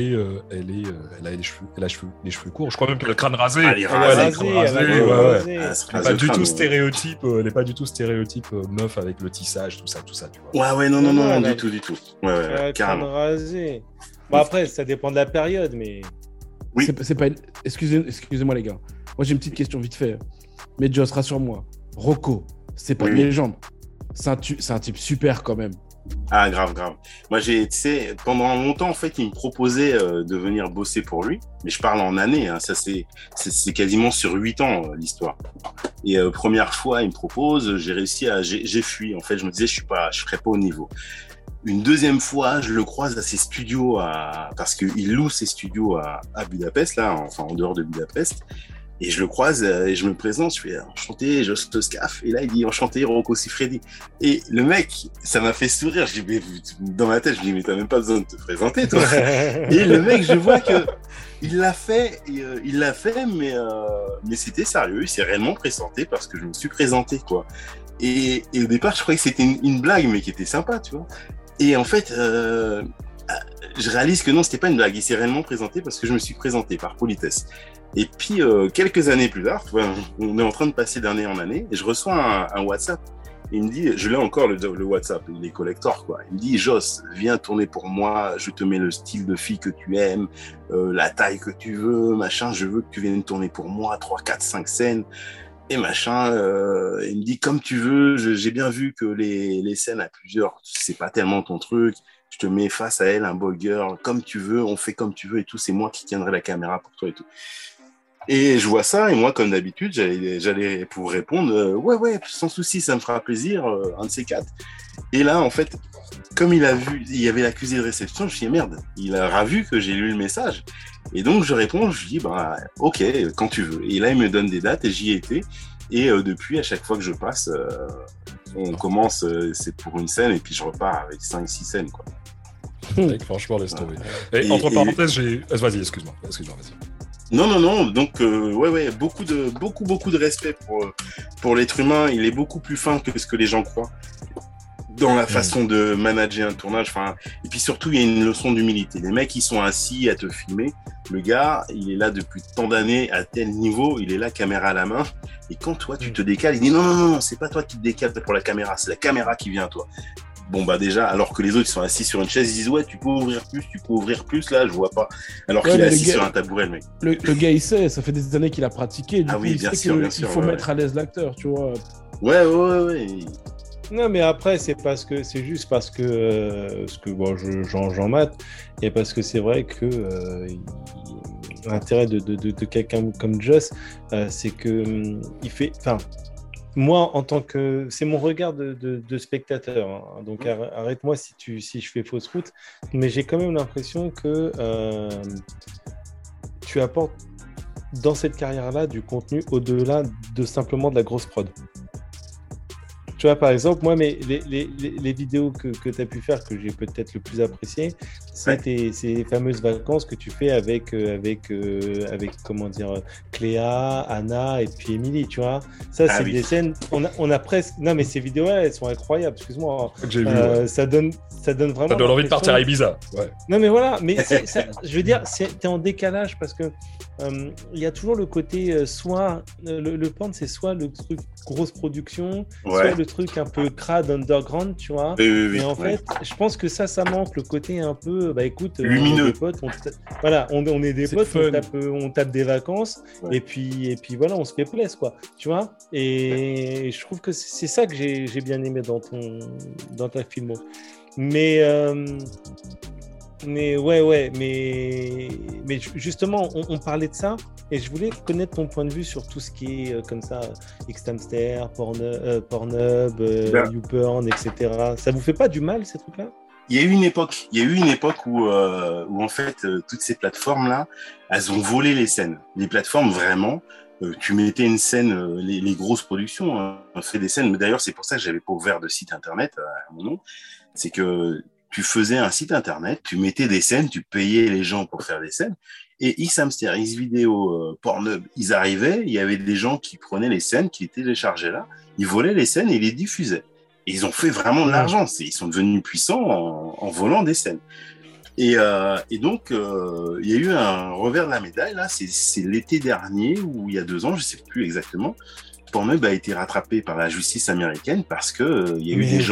a les cheveux courts. Je crois même qu'elle a le crâne rasé. Elle est rasée. Elle n'est pas du tout stéréotype meuf avec le tissage, tout ça, tu vois. Ouais, non, du tout. Ouais, carrément. Crâne rasé. Bon, après, ça dépend de la période, mais... Oui. C'est pas... Excusez-moi, les gars. Moi, j'ai une petite question vite fait. Mais Joss, rassure-moi. Rocco, c'est pas une légende. C'est un type super, quand même. Ah, grave. Moi, tu sais, pendant longtemps, en fait, il me proposait de venir bosser pour lui. Mais je parle en années. Hein. Ça, c'est quasiment sur 8 ans, l'histoire. Et première fois, il me propose. J'ai fui. En fait, je me disais, je serais pas au niveau. Une deuxième fois, je le croise à ses studios parce qu'il loue ses studios à Budapest, là, enfin en dehors de Budapest. Et je le croise et je me présente, je fais enchanté, Joss le Scaf. Et là, il dit enchanté, Rocco Siffredi. Et le mec, ça m'a fait sourire. Je dis, mais dans ma tête, je dis, mais t'as même pas besoin de te présenter, toi. Et le mec, je vois que il l'a fait, mais c'était sérieux. Il s'est réellement présenté parce que je me suis présenté, quoi. Et au départ, je croyais que c'était une blague, mais qui était sympa, tu vois. Et en fait, je réalise que non, c'était pas une blague. Il s'est réellement présenté parce que je me suis présenté par politesse. Et puis, quelques années plus tard, tu vois, on est en train de passer d'année en année, et je reçois un WhatsApp. Et il me dit, je l'ai encore le WhatsApp, les collectors, quoi. Il me dit, Joss, viens tourner pour moi, je te mets le style de fille que tu aimes, la taille que tu veux, machin, je veux que tu viennes tourner pour moi, 3, 4, 5 scènes. Et machin, il me dit comme tu veux, j'ai bien vu que les scènes à plusieurs, c'est pas tellement ton truc, je te mets face à elle, un boy girl, comme tu veux, on fait comme tu veux et tout, c'est moi qui tiendrai la caméra pour toi et tout. Et je vois ça, et moi, comme d'habitude, j'allais pour répondre, ouais, sans souci, ça me fera plaisir, un de ces 4. Et là, en fait, comme il a vu, il y avait l'accusé de réception, je me suis dit, merde, il a vu que j'ai lu le message. Et donc, je réponds, je dis, ok, quand tu veux. Et là, il me donne des dates, et j'y étais. Et depuis, à chaque fois que je passe, on commence, c'est pour une scène, et puis je repars avec 5-6 scènes, quoi. Mec, franchement, laisse tomber. Et entre parenthèses, vas-y, excuse-moi, vas-y. Non. Donc, ouais, beaucoup de respect pour l'être humain. Il est beaucoup plus fin que ce que les gens croient dans la façon de manager un tournage. Enfin, et puis surtout, il y a une leçon d'humilité. Les mecs, ils sont assis à te filmer. Le gars, il est là depuis tant d'années à tel niveau. Il est là, caméra à la main. Et quand toi, tu te décales, il dit non, c'est pas toi qui te décales pour la caméra. C'est la caméra qui vient à toi. Bon, déjà, alors que les autres, ils sont assis sur une chaise, ils disent, ouais, tu peux ouvrir plus, là, je vois pas. Alors qu'il est assis sur un tabouret, le mec. Le gars, il sait, ça fait des années qu'il a pratiqué. Du coup, oui, bien sûr. Il faut mettre à l'aise l'acteur, tu vois. Ouais. Non, mais après, c'est juste parce que bon, j'en mate, et parce que c'est vrai que l'intérêt de quelqu'un comme Joss, c'est que il fait, enfin. Moi, en tant que... C'est mon regard de spectateur, hein. Donc arrête-moi si je fais fausse route, mais j'ai quand même l'impression que tu apportes dans cette carrière-là du contenu au-delà de simplement de la grosse prod. Tu vois, par exemple, moi, les vidéos que tu as pu faire, que j'ai peut-être le plus apprécié, c'est ces fameuses vacances que tu fais avec comment dire, Cléa, Anna et puis Émilie, tu vois. Ça, c'est des scènes... On a presque... Non, mais ces vidéos-là, elles sont incroyables, excuse-moi. J'ai vu, ouais. Ça donne vraiment... Ça donne envie de partir à Ibiza. Ouais. Non, mais voilà. Mais je veux dire, t'es en décalage parce que il y a toujours le côté soit... Le porn, c'est soit le truc grosse production, soit le truc un peu crade, underground, tu vois. Oui, et en fait, je pense que ça manque, le côté un peu, écoute, lumineux. On est des potes, on est des potes, on tape des vacances, et puis voilà, on se fait plaisir, quoi, tu vois. Et je trouve que c'est ça que j'ai bien aimé dans ta filmo. Mais justement, on parlait de ça, et je voulais connaître ton point de vue sur tout ce qui est comme ça, Xhamster, Pornhub, YouPorn, etc. Ça vous fait pas du mal, ces trucs-là ? Il y a eu une époque où en fait, toutes ces plateformes-là, elles ont volé les scènes. Les plateformes, vraiment, tu mettais une scène, les grosses productions, on fait des scènes, mais d'ailleurs, c'est pour ça que j'avais pas ouvert de site internet à mon nom, c'est que tu faisais un site internet, tu mettais des scènes, tu payais les gens pour faire des scènes, et Xhamster, Xvideo, Pornhub, ils arrivaient, il y avait des gens qui prenaient les scènes, qui les téléchargeaient là, ils volaient les scènes et les diffusaient. Et ils ont fait vraiment de l'argent, ils sont devenus puissants en volant des scènes. Et donc, il y a eu un revers de la médaille, là, c'est l'été dernier, ou il y a 2 ans, je sais plus exactement, Pornhub a été rattrapé par la justice américaine parce que il y a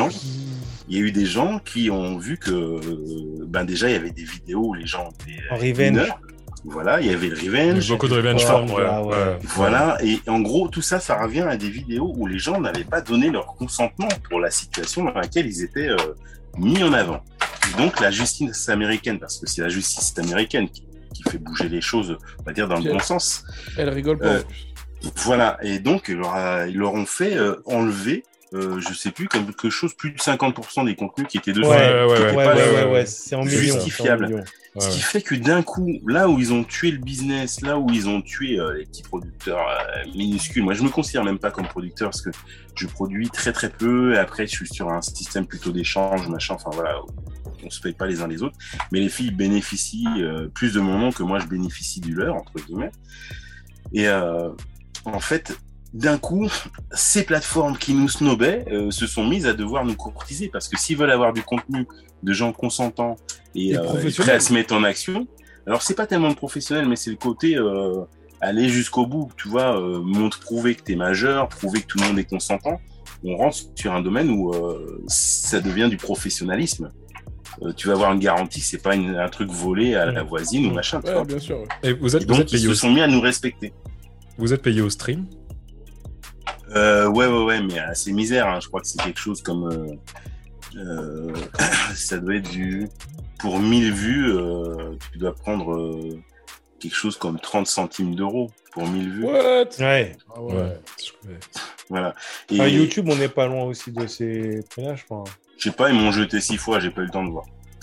eu des gens qui ont vu que déjà il y avait des vidéos où les gens étaient en revenge. Voilà, il y avait le revenge. Beaucoup de revenge form, ouais. Voilà, et en gros tout ça revient à des vidéos où les gens n'avaient pas donné leur consentement pour la situation dans laquelle ils étaient mis en avant. Et donc la justice américaine, parce que c'est la justice américaine qui fait bouger les choses, on va dire dans le bon sens. Elle rigole pas. Voilà, et donc ils leur ont fait enlever, je sais plus, quelque chose, plus de 50% des contenus qui étaient dessus. Ouais, c'est en millions. Justifiable. Ce qui fait que d'un coup, là où ils ont tué le business, là où ils ont tué les petits producteurs minuscules, moi je me considère même pas comme producteur parce que je produis très très peu, et après je suis sur un système plutôt d'échange, machin, enfin voilà, on se paye pas les uns les autres, mais les filles bénéficient plus de mon nom que moi je bénéficie du leur, entre guillemets. Et en fait, d'un coup, ces plateformes qui nous snobaient se sont mises à devoir nous courtiser, parce que s'ils veulent avoir du contenu de gens consentants et prêts à se mettre en action, alors c'est pas tellement de professionnel, mais c'est le côté aller jusqu'au bout, tu vois, prouver que t'es majeur, prouver que tout le monde est consentant. On rentre sur un domaine où ça devient du professionnalisme. Tu vas avoir une garantie, c'est pas un truc volé à la voisine ou machin. Tu vois. Bien sûr. Et donc ils se sont mis à nous respecter. Vous êtes payé au stream ? Ouais, mais c'est misère. Hein. Je crois que c'est quelque chose comme, Ça doit être pour 1000 vues, tu dois prendre quelque chose comme 30 centimes d'euros pour 1000 vues. Ouais. Ah ouais. Voilà. Et YouTube, on n'est pas loin aussi de ces prix-là, je crois. Je sais pas, ils m'ont jeté 6 fois, j'ai pas eu le temps de voir.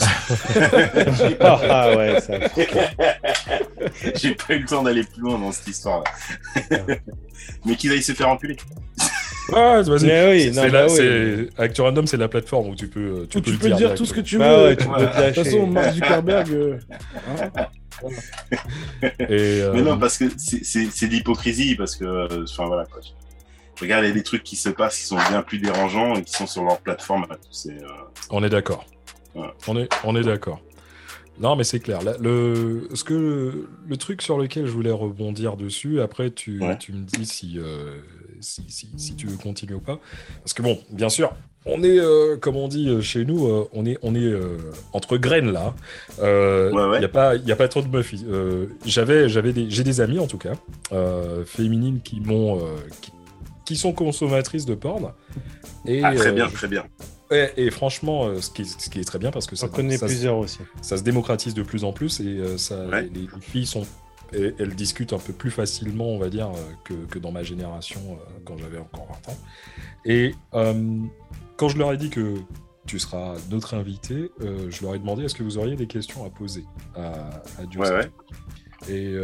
Ah ouais, ça. J'ai pas eu le temps d'aller plus loin dans cette histoire-là. Mais qu'ils aillent se faire empiler. Ouais, vas-y. Mais oui, c'est Actu Random, c'est la plateforme où tu peux dire tout ce que tu veux. Ouais, tu peux te De toute lâcher. façon, Mark Zuckerberg. Mais non, parce que c'est de l'hypocrisie, parce que, enfin voilà, quoi. Je regarde, il y a des trucs qui se passent qui sont bien plus dérangeants et qui sont sur leur plateforme. On est d'accord. Ouais. On est d'accord. Non, mais c'est clair. Là, le truc sur lequel je voulais rebondir dessus, après, tu me dis si tu veux continuer ou pas. Parce que bon, bien sûr, on est, comme on dit chez nous, on est entre graines là. Il y a pas trop de meufs. J'ai des amis en tout cas, féminines qui sont consommatrices de porn. Et, très bien, très bien. Et franchement, ce qui est très bien parce que on connaît plusieurs aussi. Ça se démocratise de plus en plus et les filles elles discutent un peu plus facilement, on va dire, que dans ma génération quand j'avais encore 20 ans. Et quand je leur ai dit que tu seras notre invité, je leur ai demandé est-ce que vous auriez des questions à poser à Dieu. Et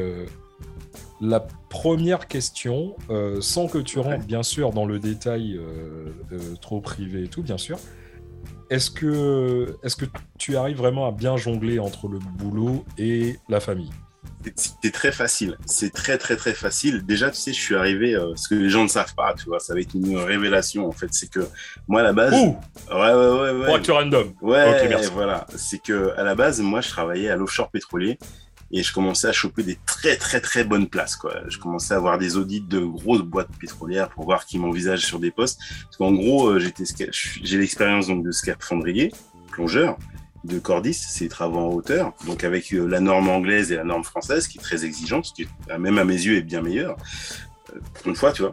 la première question, sans que tu rentres bien sûr dans le détail trop privé et tout, bien sûr, est-ce que tu arrives vraiment à bien jongler entre le boulot et la famille ? C'est très facile, c'est très très très facile. Déjà, tu sais, je suis arrivé, ce que les gens ne savent pas, tu vois, ça va être une révélation en fait, c'est que moi à la base... Ouais. Actu Random. Ouais, ok, merci. Voilà, c'est que à la base, moi je travaillais à l'offshore pétrolier. Et je commençais à choper des très très très bonnes places, quoi. Je commençais à avoir des audits de grosses boîtes pétrolières pour voir qui m'envisage sur des postes. Parce qu'en gros, j'ai l'expérience donc de scaphandrier, plongeur, de cordiste, c'est travaux en hauteur. Donc avec la norme anglaise et la norme française, qui est très exigeante, qui même à mes yeux est bien meilleure. Une fois, tu vois.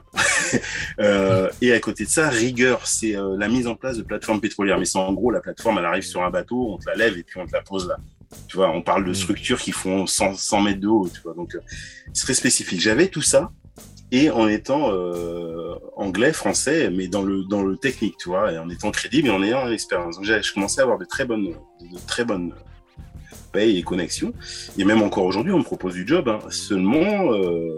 Et à côté de ça, rigueur, c'est la mise en place de plateformes pétrolières. Mais c'est en gros, la plateforme, elle arrive sur un bateau, on te la lève et puis on te la pose là. Tu vois, on parle de structures qui font 100 mètres de haut, tu vois. Donc, c'est très spécifique. J'avais tout ça, et en étant anglais, français, mais dans le technique, tu vois, et en étant crédible et en ayant l'expérience. Donc, je commençais à avoir de très bonnes payes et connexions. Et même encore aujourd'hui, on me propose du job. Hein. Seulement,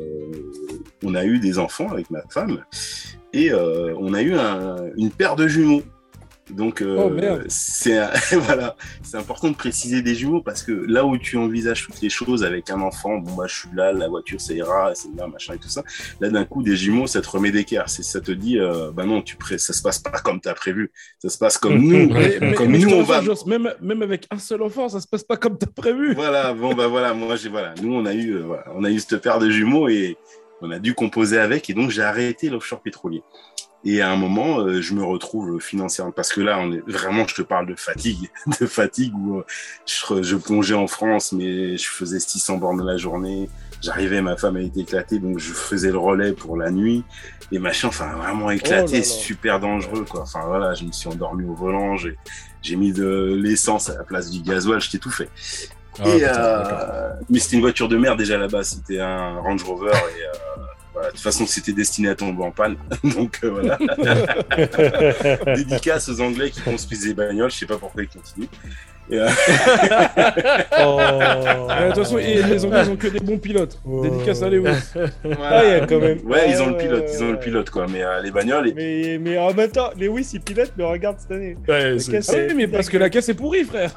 on a eu des enfants avec ma femme, et on a eu une paire de jumeaux. Donc, c'est important de préciser des jumeaux parce que là où tu envisages toutes les choses avec un enfant, bon, bah, je suis là, la voiture, ça ira, c'est bien, machin et tout ça. Là, d'un coup, des jumeaux, ça te remet d'équerre. Ça te dit, bah non, ça se passe pas comme t'as prévu. Ça se passe comme nous. Mais nous, on va. Même avec un seul enfant, ça se passe pas comme t'as prévu. Voilà, bon, bah voilà, nous, on a eu cette paire de jumeaux et on a dû composer avec. Et donc, j'ai arrêté l'offshore pétrolier. Et à un moment, je me retrouve financièrement, parce que là, je te parle de fatigue où je plongeais en France, mais je faisais 600 bornes la journée. J'arrivais, ma femme a été éclatée, donc je faisais le relais pour la nuit. Et machin, enfin, vraiment éclaté, super dangereux, quoi. Enfin, voilà, je me suis endormi au volant, j'ai mis de l'essence à la place du gasoil, je t'ai tout fait. Mais c'était une voiture de merde déjà à la base, c'était un Range Rover et voilà, de toute façon, c'était destiné à tomber en panne. Donc, voilà. Dédicace aux Anglais qui construisent des bagnoles. Je sais pas pourquoi ils continuent. Et de toute façon, les Anglais, ils ont que des bons pilotes. Dédicace à Lewis. Voilà. Il y a quand même... Ouais, ils ont le pilote, quoi. Mais les bagnoles... Mais en même temps, Lewis, il pilote, mais regarde cette année. Ouais, mais parce que la caisse est pourrie, frère.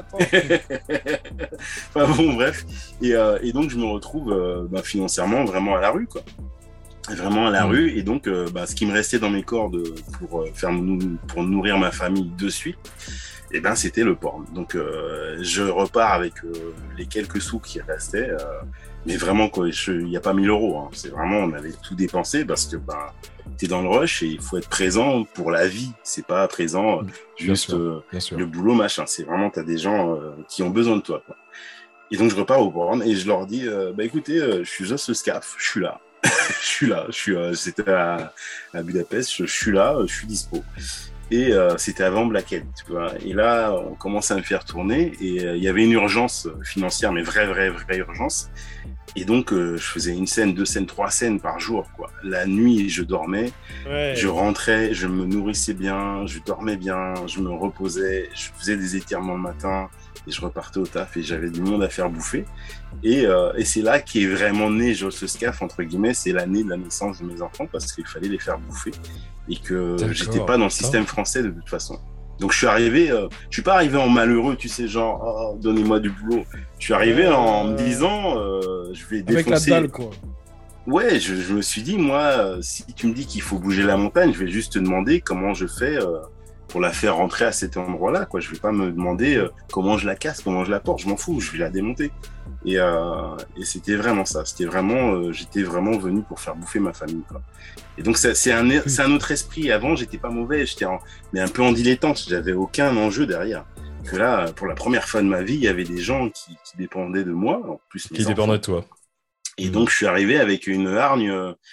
Enfin bon, bref. Et donc, je me retrouve financièrement vraiment à la rue, quoi. Vraiment à la rue. Et donc, ce qui me restait dans mes cordes pour nourrir ma famille de suite, c'était le porn. Donc, je repars avec les quelques sous qui restaient. Mais vraiment, quoi, il n'y a pas 1000 euros. Hein. C'est vraiment, on avait tout dépensé parce que t'es dans le rush et il faut être présent pour la vie. C'est pas présent juste bien sûr. Le boulot, machin. C'est vraiment, t'as des gens qui ont besoin de toi, quoi. Et donc, je repars au porn et je leur dis, écoutez, je suis Joss le Scaf, je suis là. C'était à Budapest, je suis là, je suis dispo. Et c'était avant Blackhead, tu vois. Et là, on commence à me faire tourner et il y avait une urgence financière, mais vraie urgence. Et donc, je faisais une scène, 2 scènes, 3 scènes par jour, quoi. La nuit, je dormais, je rentrais, je me nourrissais bien, je dormais bien, je me reposais, je faisais des étirements le matin et je repartais au taf et j'avais du monde à faire bouffer. Et c'est là qu'est vraiment né Joss le Scaf, entre guillemets, c'est l'année de la naissance de mes enfants parce qu'il fallait les faire bouffer et que j'étais pas dans le système français de toute façon. Donc je suis pas arrivé en malheureux, tu sais, genre oh, donnez-moi du boulot. Je suis arrivé en me disant je vais défoncer. Avec la dalle, quoi. Ouais, je me suis dit moi, si tu me dis qu'il faut bouger la montagne, je vais juste te demander comment je fais pour la faire rentrer à cet endroit-là, quoi. Je vais pas me demander comment je la casse, comment je la porte, je m'en fous, je vais la démonter. Et c'était vraiment ça. C'était vraiment, j'étais vraiment venu pour faire bouffer ma famille, quoi. Et donc c'est un autre esprit. Avant, j'étais pas mauvais, mais un peu en dilettante. J'avais aucun enjeu derrière. Que là, pour la première fois de ma vie, il y avait des gens qui dépendaient de moi, en plus qui dépendaient de toi. Et donc je suis arrivé avec une hargne.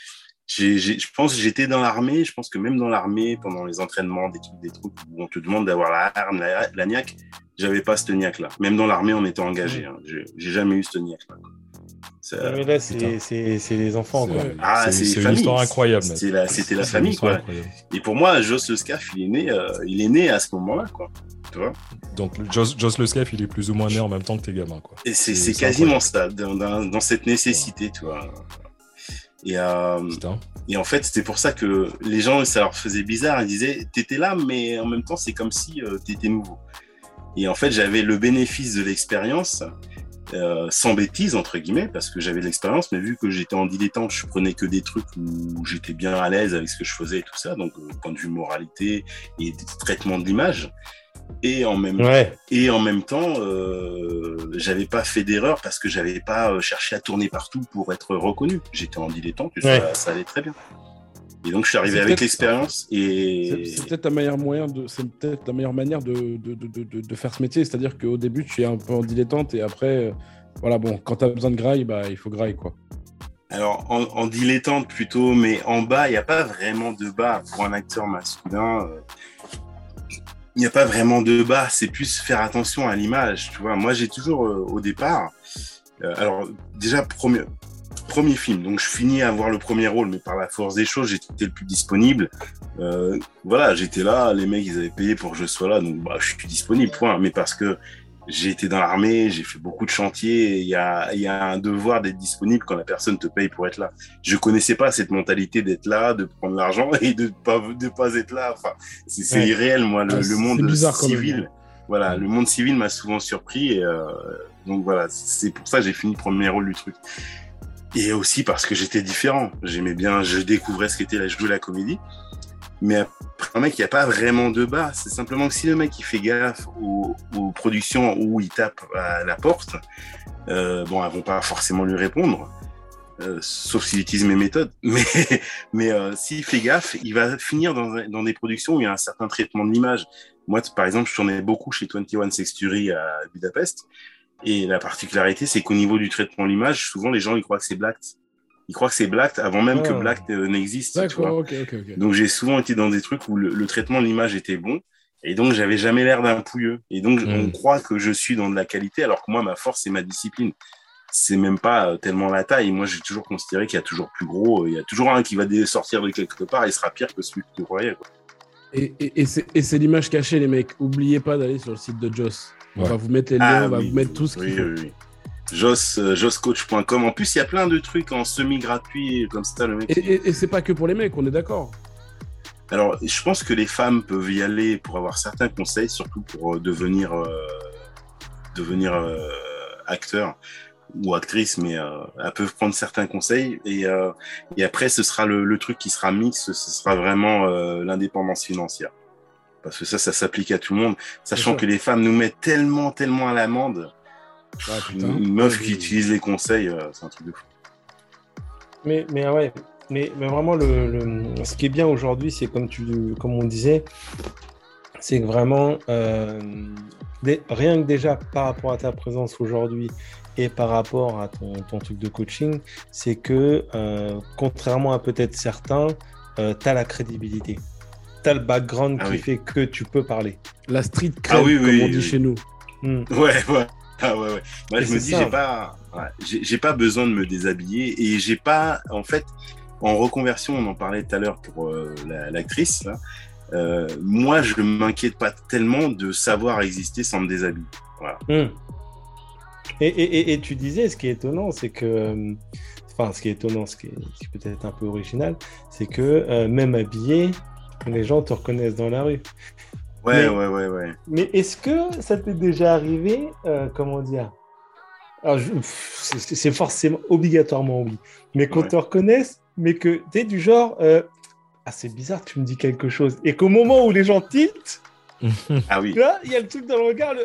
Je pense que j'étais dans l'armée. Je pense que même dans l'armée, pendant les entraînements, des trucs où on te demande d'avoir la hargne, la niaque, j'avais pas ce niaque-là. Même dans l'armée, on était engagé. Hein. J'ai jamais eu ce niaque-là. Mais là, c'est les enfants, quoi. C'est une histoire incroyable. C'était la famille, quoi. Incroyable. Et pour moi, Joss le Scaf, il est né à ce moment-là, quoi. Tu vois. Donc, Joss le Scaf, il est plus ou moins né en même temps que tes gamins, quoi. Et c'est quasiment ça, dans cette nécessité, tu vois. Et en fait, c'était pour ça que les gens, ça leur faisait bizarre. Ils disaient, t'étais là, mais en même temps, c'est comme si t'étais nouveau. Et en fait, j'avais le bénéfice de l'expérience, sans bêtises, entre guillemets, parce que j'avais de l'expérience, mais vu que j'étais en dilettante, je prenais que des trucs où j'étais bien à l'aise avec ce que je faisais et tout ça, donc point de vue moralité et traitement de l'image. Et en même temps, j'avais pas fait d'erreur parce que j'avais pas cherché à tourner partout pour être reconnu. J'étais en dilettante, ça allait très bien. Et donc je suis arrivé avec l'expérience et c'est peut-être la meilleure manière de faire ce métier, c'est-à-dire qu'au début tu es un peu en dilettante et après voilà, bon, quand tu as besoin de graille, bah il faut graille, quoi. Alors en dilettante plutôt, mais en bas, il n'y a pas vraiment de bas pour un acteur masculin. Il n'y a pas vraiment de bas, c'est plus faire attention à l'image, tu vois. Moi, j'ai toujours, au départ, alors déjà, premier film, donc je finis à avoir le premier rôle, mais par la force des choses, j'étais le plus disponible. Voilà, j'étais là, les mecs, ils avaient payé pour que je sois là, donc bah, je suis disponible, point. Mais parce que j'ai été dans l'armée, j'ai fait beaucoup de chantiers, il y a un devoir d'être disponible quand la personne te paye pour être là. Je connaissais pas cette mentalité d'être là, de prendre l'argent et de pas être là. Enfin, c'est irréel, moi, le monde civil. Voilà, le monde civil m'a souvent surpris et donc voilà, c'est pour ça que j'ai fini premier rôle du truc. Et aussi parce que j'étais différent. J'aimais bien, je découvrais ce qu'était jouer la comédie. Mais après, un mec, il n'y a pas vraiment de bas. C'est simplement que si le mec, il fait gaffe aux productions où il tape à la porte, bon, elles vont pas forcément lui répondre, sauf s'il utilise mes méthodes. Mais s'il fait gaffe, il va finir dans des productions où il y a un certain traitement de l'image. Moi, par exemple, je tournais beaucoup chez 21 Sextury à Budapest. Et la particularité, c'est qu'au niveau du traitement de l'image, souvent, les gens, ils croient que c'est Blacked. Ils croient que c'est Blacked avant même que Blacked n'existe. D'accord, tu vois. ok. Donc, j'ai souvent été dans des trucs où le traitement de l'image était bon. Et donc, j'avais jamais l'air d'un pouilleux. Et donc, on croit que je suis dans de la qualité, alors que moi, ma force, c'est ma discipline. C'est même pas tellement la taille. Moi, j'ai toujours considéré qu'il y a toujours plus gros. Il y a toujours un qui va sortir de quelque part et sera pire que celui que tu croyais, quoi. Et c'est l'image cachée, les mecs. Oubliez pas d'aller sur le site de Joss. On va vous mettre les liens, on va vous mettre tout ce qu'il faut. Oui. josscoach.com. En plus, il y a plein de trucs en semi-gratuit, comme ça, le mec. Et c'est pas que pour les mecs, on est d'accord. Alors, je pense que les femmes peuvent y aller pour avoir certains conseils, surtout pour devenir acteur ou actrice, mais elles peuvent prendre certains conseils. Et après, ce sera le truc qui sera mix, ce sera vraiment l'indépendance financière. Parce que ça s'applique à tout le monde, sachant que les femmes nous mettent tellement à l'amende. Une meuf qui utilise les conseils, c'est un truc de fou. Mais vraiment, ce qui est bien aujourd'hui, c'est comme on disait, c'est que vraiment, rien que déjà par rapport à ta présence aujourd'hui et par rapport à ton truc de coaching, c'est que contrairement à peut-être certains, tu as la crédibilité. t'as le background qui fait que tu peux parler. La street cred, comme on dit chez nous. Ouais. Ah ouais. Moi, je me dis, j'ai pas besoin de me déshabiller et j'ai pas, en fait, en reconversion, on en parlait tout à l'heure pour l'actrice, là. Moi, je m'inquiète pas tellement de savoir exister sans me déshabiller. Voilà. Et tu disais, ce qui est étonnant, c'est que, ce qui est peut-être un peu original, c'est que même habillé, les gens te reconnaissent dans la rue. Ouais. Mais est-ce que ça t'est déjà arrivé, comment dire? Alors, c'est forcément, obligatoirement oui, mais qu'on te reconnaisse, mais que t'es du genre, c'est bizarre, tu me dis quelque chose, et qu'au moment où les gens tiltent, ah oui, là, il y a le truc dans le regard,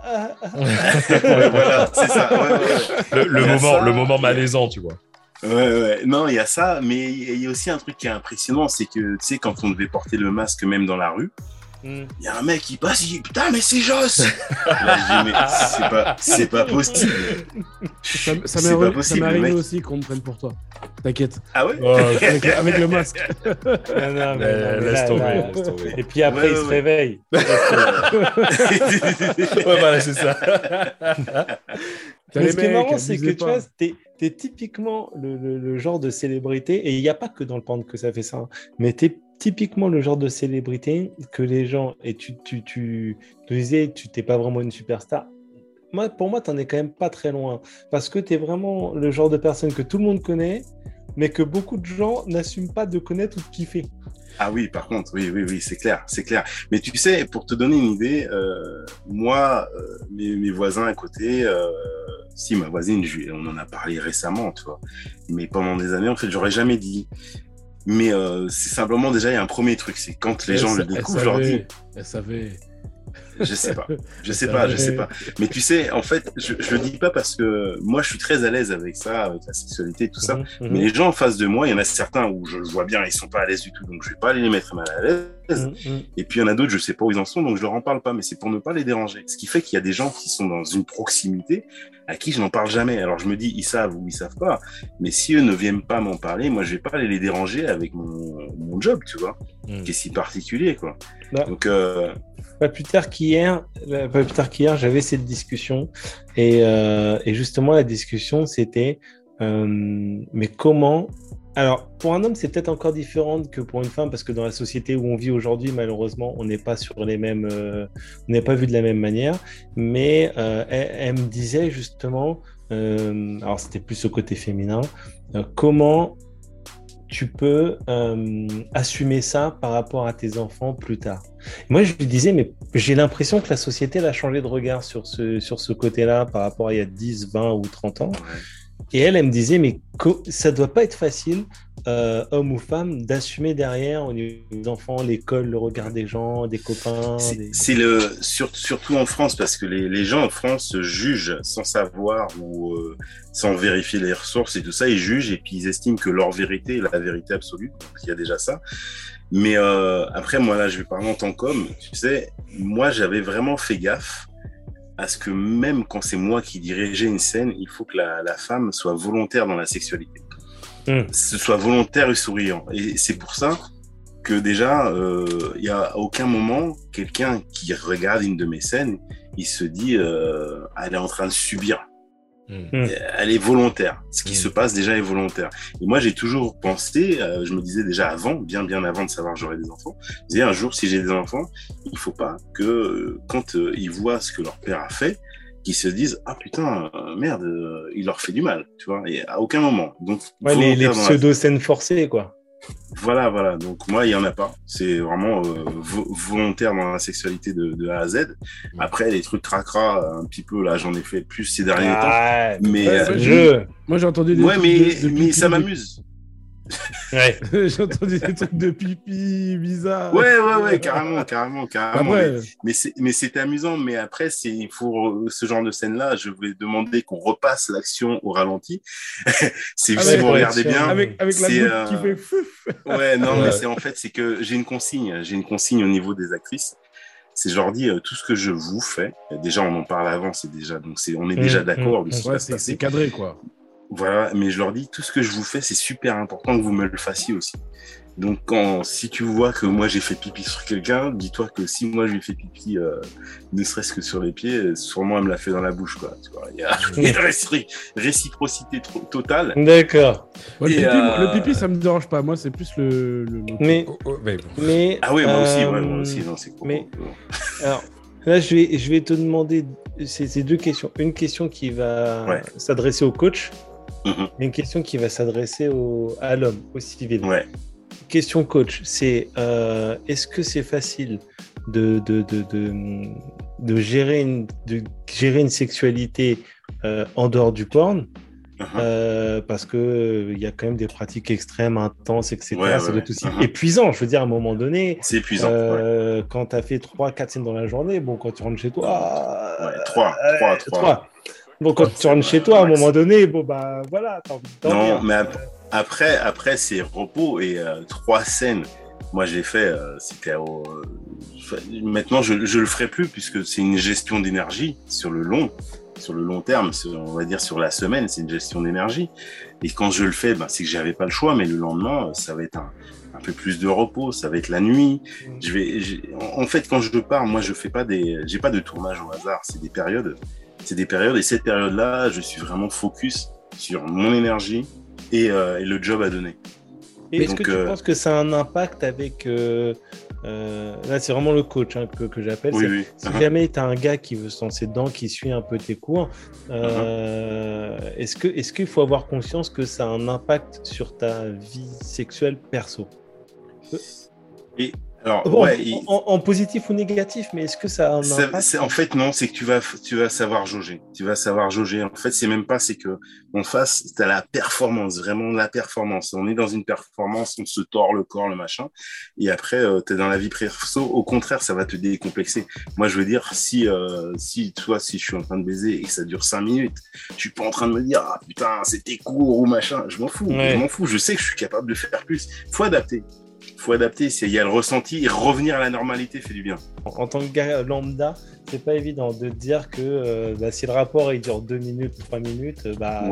voilà, c'est ça. Ouais. Le moment malaisant, tu vois. Ouais. Non, il y a ça, mais il y a aussi un truc qui est impressionnant, c'est que, tu sais, quand on devait porter le masque même dans la rue, il y a un mec qui passe, il dit putain, mais c'est Joss. Là, je dis, mais c'est pas possible. Ça m'est arrivé aussi qu'on me prenne pour toi. T'inquiète. Ah ouais, avec le masque. Non, laisse tomber. Et puis après, il se réveille. Ouais, voilà, c'est ça. Mais ce qui est marrant, c'est que tu vois, t'es typiquement le genre de célébrité, et il n'y a pas que dans le porn que ça fait ça, hein, mais t'es typiquement le genre de célébrité que les gens, et tu disais, tu t'es pas vraiment une superstar. Pour moi, t'en es quand même pas très loin, parce que t'es vraiment le genre de personne que tout le monde connaît, mais que beaucoup de gens n'assument pas de connaître ou de kiffer. Ah oui, par contre, oui, c'est clair. Mais tu sais, pour te donner une idée, moi, mes voisins à côté, ma voisine, on en a parlé récemment, tu vois. Mais pendant des années, en fait, j'aurais jamais dit. Mais c'est simplement, déjà, il y a un premier truc, c'est quand les gens le découvrent, je leur dis. Elle savait. Je sais pas. Mais tu sais, en fait, je le dis pas parce que moi, je suis très à l'aise avec ça, avec la sexualité et tout ça. Mais les gens en face de moi, il y en a certains où je le vois bien, ils sont pas à l'aise du tout, donc je vais pas aller les mettre mal à l'aise. Et puis il y en a d'autres, je sais pas où ils en sont, donc je leur en parle pas. Mais c'est pour ne pas les déranger. Ce qui fait qu'il y a des gens qui sont dans une proximité à qui je n'en parle jamais. Alors je me dis, ils savent ou ils savent pas. Mais si eux ne viennent pas m'en parler, moi, je vais pas aller les déranger avec mon job, tu vois, qui est si particulier, quoi. Donc Pas plus tard qu'hier, j'avais cette discussion et justement la discussion c'était mais comment. Alors pour un homme c'est peut-être encore différent que pour une femme parce que dans la société où on vit aujourd'hui malheureusement on n'est pas sur les mêmes, on n'est pas vu de la même manière. Mais elle me disait justement, alors c'était plus au côté féminin, comment tu peux assumer ça par rapport à tes enfants plus tard. Moi, je lui disais, mais j'ai l'impression que la société elle a changé de regard sur ce côté-là par rapport à il y a 10, 20 ou 30 ans. Et elle me disait, mais ça doit pas être facile, homme ou femme, d'assumer derrière au niveau des enfants, l'école, le regard des gens, des copains. Surtout en France, parce que les gens en France jugent sans savoir ou sans vérifier les ressources et tout ça, ils jugent et puis ils estiment que leur vérité est la vérité absolue. Donc il y a déjà ça. Mais après, moi là, je vais parler en tant qu'homme. Tu sais, moi j'avais vraiment fait gaffe à ce que même quand c'est moi qui dirigeais une scène, il faut que la femme soit volontaire dans la sexualité. Soit volontaire et souriant. Et c'est pour ça que déjà, il n'y a à aucun moment quelqu'un qui regarde une de mes scènes, il se dit elle est en train de subir. Elle est volontaire. Ce qui se passe déjà est volontaire. Et moi, j'ai toujours pensé, je me disais déjà avant, bien avant de savoir que j'aurais des enfants, je me disais un jour, si j'ai des enfants, il faut pas que quand ils voient ce que leur père a fait, qu'ils se disent ah putain merde, il leur fait du mal, tu vois. Et à aucun moment. Donc les pseudo-scènes forcées, quoi. Voilà. Donc moi, il y en a pas. C'est vraiment volontaire dans la sexualité de A à Z. Après, les trucs cracra, un petit peu là, j'en ai fait plus ces derniers temps. Mais moi, j'ai entendu des trucs mais ça m'amuse. Ouais. J'ai entendu des trucs de pipi bizarres. Ouais, carrément. Après... Mais c'était amusant. Mais après, il faut ce genre de scène-là. Je voulais demander qu'on repasse l'action au ralenti. Si vous regardez bien, avec la goutte qui fait fouf. Ouais, non, mais c'est que j'ai une consigne au niveau des actrices. C'est je leur dis tout ce que je vous fais. Déjà, on en parle avant. On est déjà d'accord. C'est cadré, quoi. Voilà, mais je leur dis, tout ce que je vous fais, c'est super important que vous me le fassiez aussi. Donc, si tu vois que moi j'ai fait pipi sur quelqu'un, dis-toi que si moi je lui ai fait pipi, ne serait-ce que sur les pieds, sûrement elle me l'a fait dans la bouche, quoi. Tu vois, il y a une réciprocité totale. D'accord. Ouais, le pipi, ça me dérange pas. Moi, c'est plus le... Mais ah oui, moi aussi, non, c'est cool. Mais alors là, je vais te demander ces deux questions. Une question qui va s'adresser au coach, et une question qui va s'adresser à l'homme, au civil. Ouais. Question coach, c'est est-ce que c'est facile de gérer une sexualité en dehors du porn, parce que il y a quand même des pratiques extrêmes, intenses, etc. Ça doit être aussi épuisant. Je veux dire, à un moment donné, c'est épuisant. Quand tu as fait 3-4 scènes dans la journée, bon, quand tu rentres chez toi, 3. Bon, quand tu rentres chez toi, à un moment donné, bon, bah voilà, t'as envie de dormir. Non, mais après c'est repos et 3 scènes. Moi, j'ai fait, c'était maintenant, je le ferai plus puisque c'est une gestion d'énergie sur le long terme, on va dire sur la semaine, c'est une gestion d'énergie. Et quand je le fais, c'est que j'avais pas le choix, mais le lendemain, ça va être un peu plus de repos, ça va être la nuit. En fait, quand je pars, moi, j'ai pas de tournage au hasard, c'est des périodes, et cette période-là, je suis vraiment focus sur mon énergie et le job à donner. Et est-ce que tu penses que ça a un impact avec... là, c'est vraiment le coach que j'appelle. Oui. Si jamais tu as un gars qui veut se lancer dedans, qui suit un peu tes cours, est-ce qu'il faut avoir conscience que ça a un impact sur ta vie sexuelle perso? Et alors, en positif ou négatif, mais est-ce que ça a un impact? En fait, non, c'est que tu vas savoir jauger. Tu vas savoir jauger. En fait, c'est même pas, c'est que en face, tu as la performance, vraiment la performance. On est dans une performance, on se tord le corps, le machin. Et après, tu es dans la vie perso. Au contraire, ça va te décomplexer. Moi, je veux dire, si je suis en train de baiser et que ça dure 5 minutes, je suis pas en train de me dire, ah putain, c'était court ou machin. Je m'en fous. Je m'en fous. Je sais que je suis capable de faire plus. Faut adapter. Il y a le ressenti et revenir à la normalité fait du bien. En tant que gars lambda, c'est pas évident de dire que si le rapport il dure 2 minutes, 3 minutes,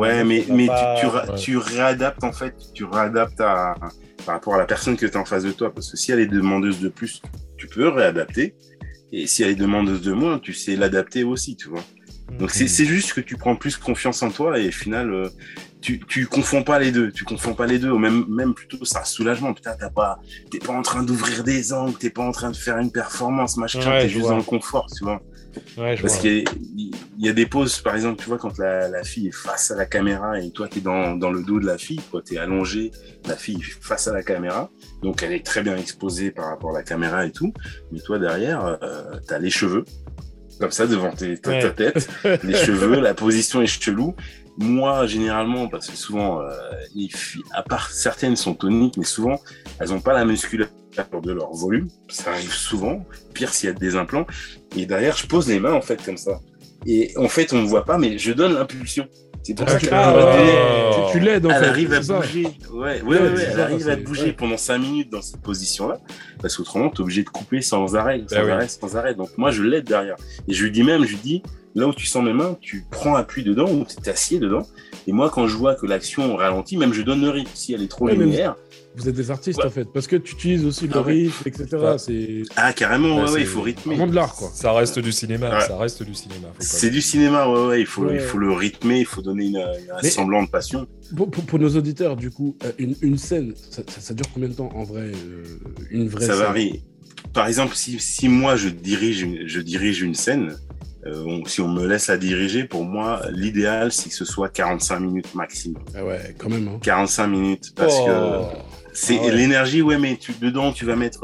tu réadaptes en fait, par rapport à la personne que tu as en face de toi, parce que si elle est demandeuse de plus, tu peux réadapter, et si elle est demandeuse de moins, tu sais l'adapter aussi, tu vois. Donc c'est juste que tu prends plus confiance en toi et au final tu confonds pas les deux, ou même plutôt c'est un soulagement. Putain, t'es pas en train d'ouvrir des angles, t'es pas en train de faire une performance, machin, t'es juste dans le confort, tu vois. Parce qu'il y a des poses, par exemple, tu vois, quand la fille est face à la caméra et toi t'es dans le dos de la fille, toi t'es allongé, la fille est face à la caméra, donc elle est très bien exposée par rapport à la caméra et tout, mais toi derrière t'as les cheveux comme ça devant ta tête, les cheveux, la position est chelou. Moi, généralement, parce que souvent, les filles, à part certaines sont toniques, mais souvent, elles n'ont pas la musculature de leur volume. Ça arrive souvent. Pire s'il y a des implants. Et derrière, je pose les mains, en fait, comme ça. Et en fait, on ne me voit pas, mais je donne l'impulsion. C'est pour ça qu'elle tu l'aides, en fait. Elle arrive à bouger. Elle arrive à bouger pendant 5 minutes dans cette position-là. Parce qu'autrement, tu es obligé de couper sans arrêt. Donc, moi, je l'aide derrière. Et je lui dis, là où tu sens mes mains, tu prends appui dedans ou tu t'assieds dedans. Et moi, quand je vois que l'action ralentit, même je donne le rythme. Si elle est trop linéaire. Vous êtes des artistes, en fait, parce que tu utilises aussi le rythme, etc. Ah, carrément, il faut rythmer. Vraiment de l'art, quoi. Ça reste du cinéma, C'est du cinéma, il faut le rythmer, il faut donner un semblant de passion. Pour nos auditeurs, du coup, une scène, ça dure combien de temps, en vrai, une vraie scène? Ça varie. Par exemple, si moi, je dirige une scène, si on me laisse la diriger, pour moi, l'idéal, c'est que ce soit 45 minutes maximum. Ah ouais, quand même. Hein. 45 minutes, parce que c'est l'énergie, mais dedans, tu vas mettre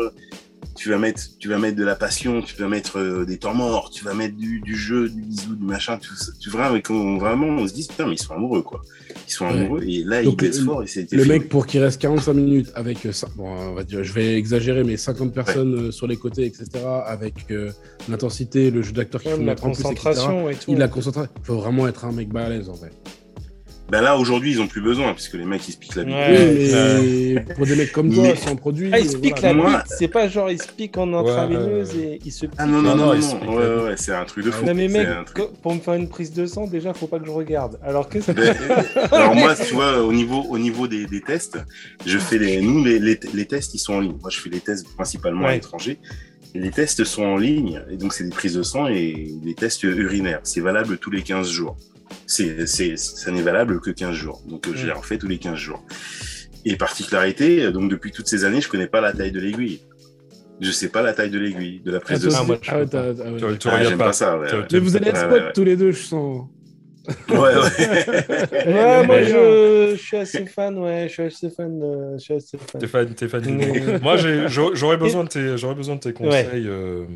de la passion, tu vas mettre des temps morts, tu vas mettre du jeu, du bisou, du machin, vraiment, on se dit, putain, mais ils sont amoureux, quoi. Ils sont amoureux, et là, ils baissent fort, et c'est le mec, pour qu'il reste 45 minutes avec, on va dire, je vais exagérer, mais 50 personnes sur les côtés, etc., avec l'intensité, le jeu d'acteur qui faut mettre en plus, etc. La concentration et tout. Il faut vraiment être un mec balèze, en fait. Ben là, aujourd'hui, ils ont plus besoin, puisque les mecs, ils se piquent la bite. Mais pour des mecs comme toi, sans produit... ils se piquent la Moi- bite, c'est pas genre ils se piquent en intraveineuse et ils se piquent. Ah non, ils se piquent la ouais, c'est un truc de fou. Non mais mec, C'est un truc- pour me faire une prise de sang, déjà, faut pas que je regarde. Alors que Ben, alors moi, tu vois, au niveau des tests, je fais les tests, ils sont en ligne. Moi, je fais les tests principalement à Ouais. l'étranger. Et les tests sont en ligne, et donc c'est des prises de sang et des tests urinaires. C'est valable tous les 15 jours. Ça n'est valable que 15 jours. Donc je les refais tous les 15 jours. Et particularité, donc depuis toutes ces années, je connais pas la taille de l'aiguille. Je sais pas la taille de l'aiguille, de la prise de sang. moi, je peux t'as- pas. ouais. Tu Ah, regardes j'aime pas. pas ça, ouais. Tu- Mais vous allez être Ouais, potes ouais. tous les deux, je sens. Ouais. Ouais, moi, je suis assez fan, ouais, je suis assez fan. T'es fan du Mm. Moi, j'aurais besoin de tes conseils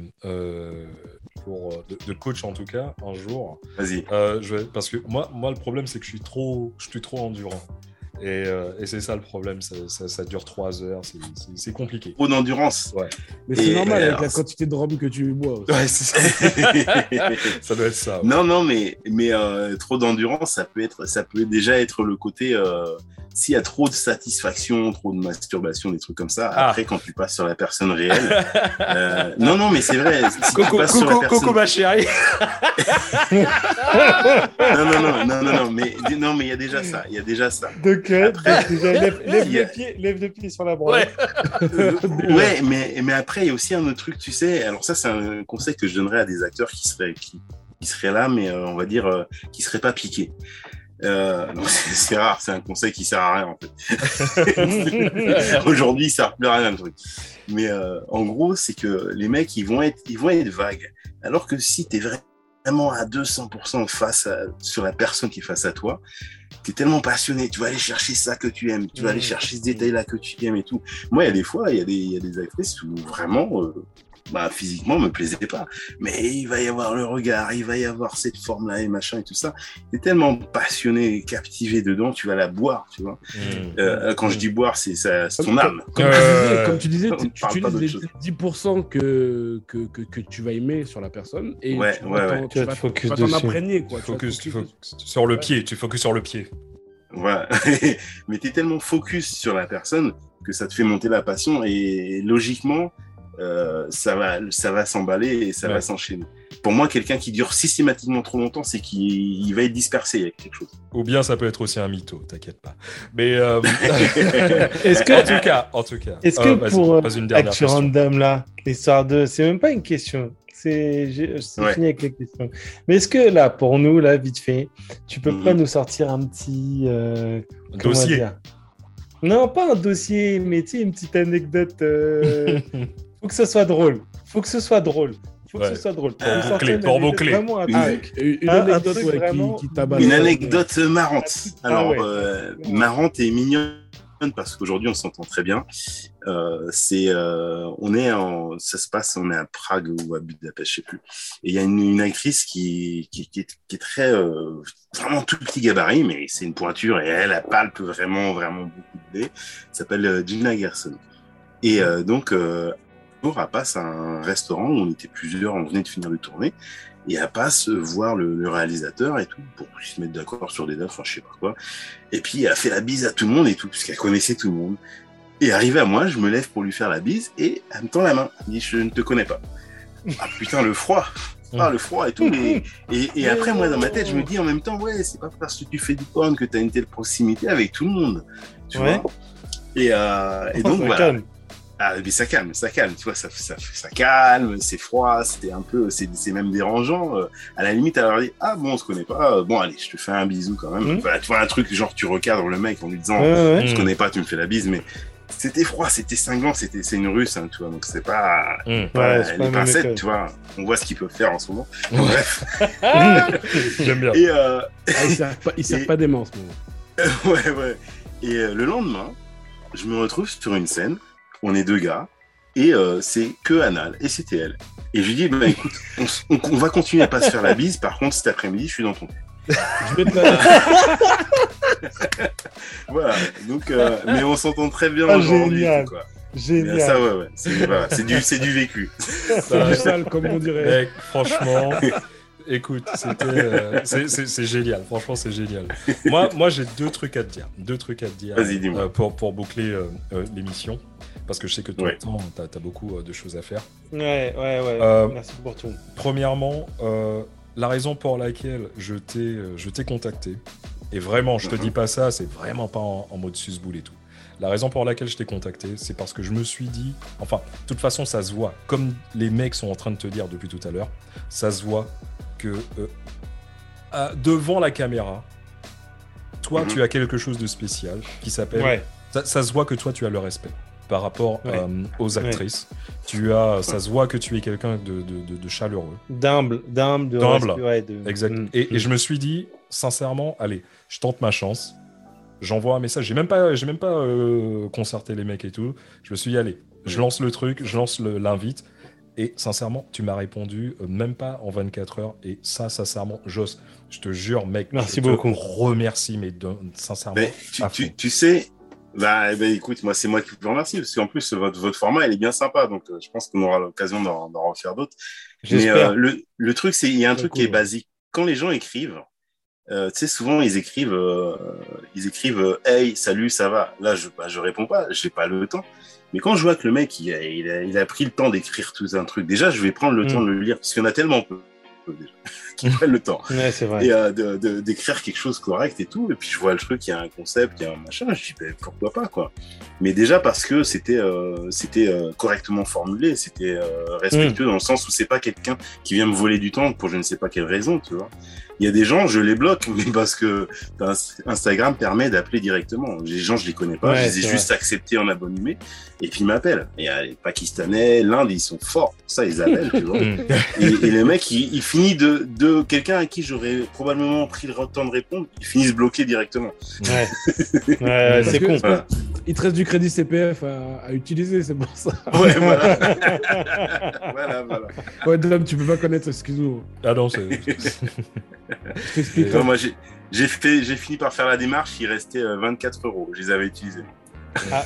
de coach, en tout cas, un jour. Vas-y. Parce que moi, le problème, c'est que je suis trop endurant. Et c'est ça le problème, ça dure 3 heures, c'est compliqué. Trop d'endurance. Ouais. Mais c'est Et normal avec alors, la quantité de rhum que tu bois. aussi. Ouais, c'est ça. Ça doit être ça. Ouais. Non, mais trop d'endurance, ça peut déjà être le côté s'il y a trop de satisfaction, trop de masturbation, des trucs comme ça. Ah. Après, quand tu passes sur la personne réelle, non, mais c'est vrai. Si tu passes sur la personne... ma chérie. Non, mais il y a déjà ça. Donc, Après, déjà, lève il y a- le pied sur la branche. Ouais, mais après, il y a aussi un autre truc, tu sais. Alors ça, c'est un conseil que je donnerais à des acteurs qui seraient là, mais on va dire qui seraient pas piqués. Donc c'est rare, c'est un conseil qui sert à rien en fait. Aujourd'hui, ça sert plus à rien le truc. Mais en gros, c'est que les mecs, ils vont être vagues. Alors que si t'es vraiment à 200% sur la personne qui est face à toi, t'es tellement passionné, tu vas aller chercher ça que tu aimes, tu vas aller chercher ce détail-là que tu aimes et tout. Moi, il y a des fois, il y a des actrices où vraiment, physiquement, me plaisait pas. Mais il va y avoir le regard, il va y avoir cette forme-là et machin et tout ça. T'es tellement passionné, captivé dedans, tu vas la boire, tu vois. Quand je dis boire, c'est ton âme. Comme tu disais, on tu parle pas utilises d'autre les 10% que tu vas aimer sur la personne et Ouais, tu vas Tu vas te focus t'en dessus. imprégner. Quoi. Tu focuses sur le pied. Tu focuses sur le pied. Voilà. Mais t'es tellement focus sur la personne que ça te fait monter la passion et logiquement, ça va s'emballer et ça va s'enchaîner. Pour moi, quelqu'un qui dure systématiquement trop longtemps, c'est qu'il va être dispersé avec quelque chose. Ou bien ça peut être aussi un mytho, t'inquiète pas. Mais Est-ce que, en tout cas, est-ce que vas-y, pour pose une dernière Actu question. Random là, l'histoire de, c'est même pas une question. C'est Ouais. fini avec les questions. Mais est-ce que là, pour nous, là, vite fait, tu peux pas nous sortir un petit comment Dossier. dire. Non, pas un dossier, mais tu sais, une petite anecdote. Faut que ce soit drôle. Faut que ce soit drôle. Ouais. Pour nous boucler, sortir une pour anecdote, boucler. vraiment un truc. Une Un anecdote truc ouais, vraiment- qui tabasse. Une anecdote marrante. Ah Alors, ouais. marrante et mignonne parce qu'aujourd'hui on s'entend très bien. On est à Prague ou à Budapest, je sais plus. Et il y a une actrice qui est très vraiment tout petit gabarit, mais c'est une pointure et elle palpe vraiment beaucoup de nez. Elle s'appelle Gina Gerson. Et donc un jour, elle passe à un restaurant où on était plusieurs, on venait de finir de tourner. Et elle passe voir le réalisateur et tout, pour qu'ils se mettent d'accord sur des dates, enfin je sais pas quoi. Et puis elle fait la bise à tout le monde et tout, puisqu'elle connaissait tout le monde. Et arrivé à moi, je me lève pour lui faire la bise et elle me tend la main. Elle me dit, je ne te connais pas. Ah putain, le froid. Ah, le froid et tout. Et après, moi, dans ma tête, je me dis en même temps, ouais, c'est pas parce que tu fais du porn que tu as une telle proximité avec tout le monde. Tu Ouais. vois. Et donc, Ça voilà. calme. Ah, mais ça calme, tu vois, ça calme, c'est froid, c'est même dérangeant. À la limite, elle leur dit, ah bon, on se connaît pas, bon, allez, je te fais un bisou quand même. Voilà, tu vois, un truc, genre, tu recadres le mec en lui disant, Ouais. on se connaît pas, tu me fais la bise, mais c'était froid, c'était cinglant, c'est une russe, hein, tu vois, donc c'est pas, Ouais, c'est pas les la même pincettes, école. tu vois, on voit ce qu'ils peuvent faire en ce moment. Bref. J'aime bien. Et, Ils servent pas des mains en ce moment. ouais. Et le lendemain, je me retrouve sur une scène, on est deux gars, et c'est que anal, et c'était elle. Et je lui dis, bah écoute, on va continuer à pas se faire la bise, par contre, cet après-midi, je suis dans ton cul. Je vais te la... Voilà, donc, mais on s'entend très bien Ah, aujourd'hui, génial. quoi. Génial. Mais ça, ouais, c'est du vécu. C'est du sale, comme on dirait. Mec, franchement, Écoute, c'est génial. Franchement, c'est génial. Moi, j'ai deux trucs à te dire. Vas-y, dis-moi. Pour boucler l'émission. Parce que je sais que toi, tu as beaucoup de choses à faire. Ouais. Merci pour tout. Premièrement, la raison pour laquelle je t'ai contacté, et vraiment, je te dis pas ça, c'est vraiment pas en mode susboule et tout. La raison pour laquelle je t'ai contacté, c'est parce que je me suis dit... Enfin, de toute façon, ça se voit. Comme les mecs sont en train de te dire depuis tout à l'heure, ça se voit que devant la caméra, toi, tu as quelque chose de spécial qui s'appelle... Ouais. Ça se voit que toi, tu as le respect par rapport aux actrices. Ça se voit que tu es quelqu'un de chaleureux. D'humble. Exact. Et je me suis dit, sincèrement, allez, je tente ma chance. J'envoie un message. J'ai même pas concerté les mecs et tout. Je me suis dit, allez, je lance le truc, je lance l'invite. Et sincèrement, tu m'as répondu même pas en 24 heures. Et ça, sincèrement, Joss, je te jure, mec, merci beaucoup. Remercie, mais sincèrement. Tu sais, écoute, moi, c'est moi qui vous remercie. Parce qu'en plus, votre format, il est bien sympa. Donc, je pense qu'on aura l'occasion d'en refaire d'autres. J'espère. Mais le truc, c'est il y a un truc qui est basique. Quand les gens écrivent, tu sais, souvent, ils écrivent hey, salut, ça va. Là, je réponds pas, j'ai pas le temps. Mais quand je vois que le mec, il a pris le temps d'écrire tout un truc, déjà, je vais prendre le temps de le lire, parce qu'il y en a tellement peu déjà, qui prennent le temps. Ouais, c'est vrai. Et d'écrire quelque chose correct et tout. Et puis, je vois le truc, il y a un concept, il y a un machin, je dis, pourquoi pas, quoi. Mais déjà, parce que c'était correctement formulé, c'était respectueux dans le sens où c'est pas quelqu'un qui vient me voler du temps pour je ne sais pas quelle raison, tu vois. Il y a des gens, je les bloque, mais parce que Instagram permet d'appeler directement. Les gens, je les connais pas, je les ai juste acceptés en abonné, et puis ils m'appellent. Et les Pakistanais, l'Inde, ils sont forts. Ça, ils appellent, tu vois. Et le mec, il finit de quelqu'un à qui j'aurais probablement pris le temps de répondre, il finit se bloquer directement. Ouais, c'est con. Voilà. Il te reste du crédit CPF à utiliser, c'est pour ça. Ouais, voilà. voilà. Ouais, Dom, tu peux pas connaître, excuse-moi. Ah non, c'est... Je t'explique. Non, moi, j'ai fini par faire la démarche, il restait 24 €. Je les avais utilisés. Ah.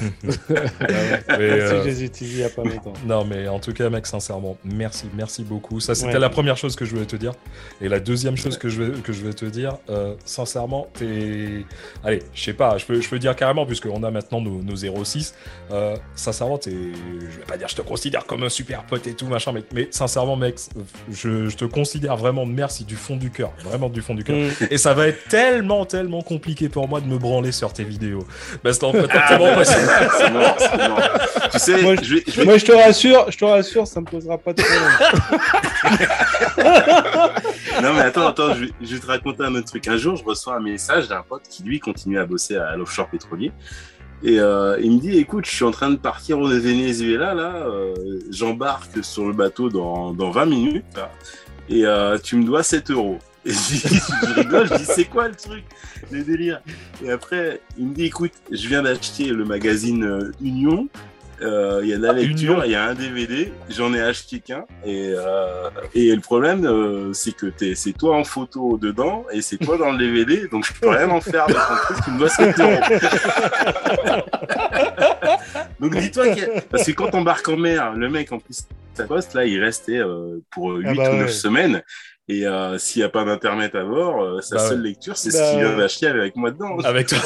Je les utilise il n'y a pas longtemps. Non, mais en tout cas, mec, sincèrement, merci beaucoup. Ça, c'était la première chose que je voulais te dire. Et la deuxième chose que je vais te dire, sincèrement, allez, je sais pas, je peux dire carrément, puisqu'on a maintenant nos 06. Sincèrement, je vais pas dire je te considère comme un super pote et tout, machin, mais sincèrement, mec, je te considère vraiment, merci, du fond du cœur. Vraiment du fond du cœur. Et ça va être tellement compliqué pour moi de me branler sur tes vidéos. Parce qu'en fait, c'est mort. Tu sais, moi, je te rassure, ça me posera pas de problème. Non, mais attends, je vais te raconter un autre truc. Un jour, je reçois un message d'un pote qui, lui, continue à bosser à l'offshore pétrolier. Et il me dit, écoute, je suis en train de partir au Venezuela, là, j'embarque sur le bateau dans 20 minutes, là, et tu me dois 7 €. Et je rigole, je dis c'est quoi le truc, le délire. Et après, il me dit écoute, je viens d'acheter le magazine Union, il y a de la lecture, il y a un DVD, j'en ai acheté qu'un. Et le problème, c'est que c'est toi en photo dedans et c'est toi dans le DVD, donc je peux rien en faire de ton truc, tu me dois 7 €. Donc dis-toi parce que quand t'embarques en mer, le mec en plus sa poste là, il restait pour 8 ou 9 semaines. Et s'il n'y a pas d'internet à bord, sa seule lecture, c'est ce qu'il vient d'acheter avec moi dedans. Avec toi.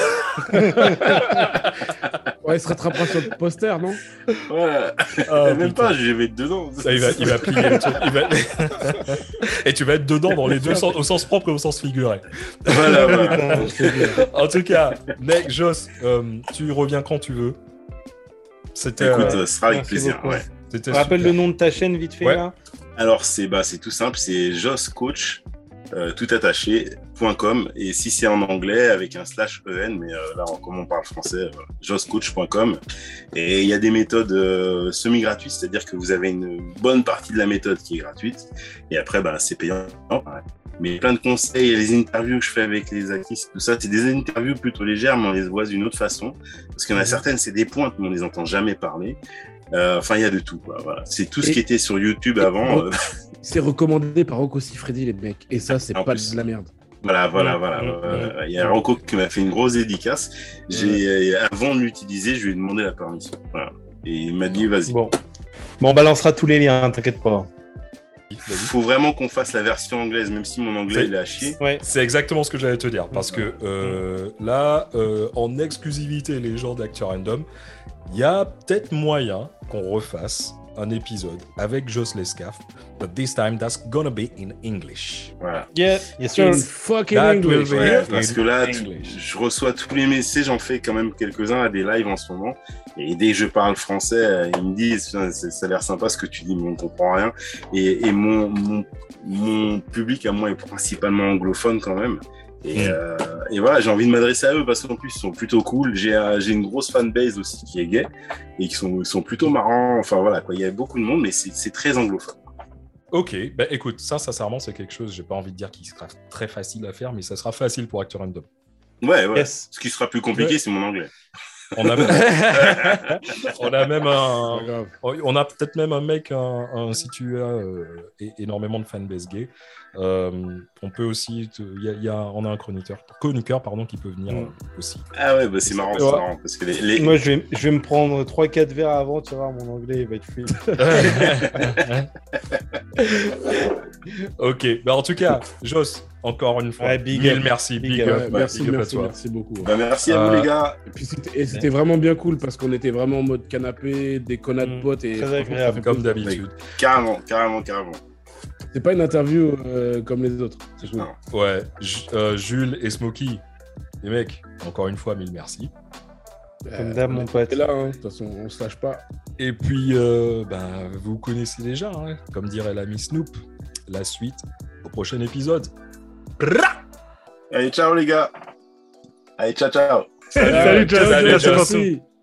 Ouais, il se rattrapera sur le poster, non? Ouais. Même pas, je vais être dedans. Ça, il va plier le truc. Et tu vas être dedans dans les deux sens, au sens propre et au sens figuré. Voilà. En tout cas, mec, Joss, tu reviens quand tu veux. Écoute, ce sera avec plaisir. Ouais. Rappelle le nom de ta chaîne vite fait là. Alors c'est tout simple, c'est josscoach tout attaché.com et si c'est en anglais avec un /en, mais là comme on parle français, josscoach.com. Et il y a des méthodes semi-gratuites, c'est-à-dire que vous avez une bonne partie de la méthode qui est gratuite et après c'est payant. Mais plein de conseils et les interviews que je fais avec les actrices, tout ça, c'est des interviews plutôt légères, mais on les voit d'une autre façon. Parce qu'il y en a certaines, c'est des pointes, mais on les entend jamais parler. Il y a de tout, quoi. Voilà. C'est tout ce qui était sur YouTube avant. C'est recommandé par Rocco Siffredi, les mecs. Et ça, c'est pas de la merde. Voilà. Il y a Rocco qui m'a fait une grosse dédicace. Avant de l'utiliser, je lui ai demandé la permission. Voilà. Et il m'a dit, vas-y. Bon, on balancera tous les liens, t'inquiète pas. faut vraiment qu'on fasse la version anglaise, même si mon anglais il est à chier. Ouais. C'est exactement ce que j'allais te dire, parce que là, en exclusivité, les gens d'Acteur Random, il y a peut-être moyen qu'on refasse un épisode avec Joss Lescaf, but this time that's gonna be in English. Voilà. Yeah, yes sir. In fucking That English. will be Ouais, in parce que là, English. je reçois tous les messages, j'en fais quand même quelques-uns à des lives en ce moment. Et dès que je parle français, ils me disent ça a l'air sympa ce que tu dis, mais on comprend rien. Et mon public à moi est principalement anglophone quand même. Et voilà, j'ai envie de m'adresser à eux parce qu'en plus ils sont plutôt cool. J'ai une grosse fanbase aussi qui est gay et qui sont plutôt marrants. Enfin voilà, quoi. Il y a beaucoup de monde, mais c'est très anglophone. Ok, bah écoute, ça sincèrement c'est quelque chose, j'ai pas envie de dire qu'il sera très facile à faire, mais ça sera facile pour Acteur Random. Ouais. Yes. Ce qui sera plus compliqué, c'est mon anglais. On a même, on a même Pas grave. on a peut-être même un mec, si tu as énormément de fanbase gay, on peut aussi, on a un chroniqueur qui peut venir aussi. Ah ouais, bah c'est marrant, Ouais. c'est marrant parce que Moi, je vais me prendre 3-4 verres avant, tu vois, mon anglais il va être fluide. Ok, bah en tout cas, Joss, encore une fois, Ouais, big mille up. merci, Big big up. up, Ouais, merci, big up à merci, toi. merci beaucoup. Bah, merci à vous les gars. Et puis c'était vraiment bien cool parce qu'on était vraiment en mode canapé, des connards de potes et Très franchement, agréable. ça fait Comme plaisir. d'habitude. Carrément. C'est pas une interview comme les autres. C'est cool. Non. Ouais, Jules et Smokey, les mecs, encore une fois, mille merci. Comme d'hab, mon pote. Et là, hein, de toute façon, on se lâche pas. Et puis, vous connaissez déjà, hein, comme dirait l'ami Snoop, la suite au prochain épisode. Allez, ciao les gars. Allez, ciao. Salut, ciao, Salut, merci, ciao. merci. Merci.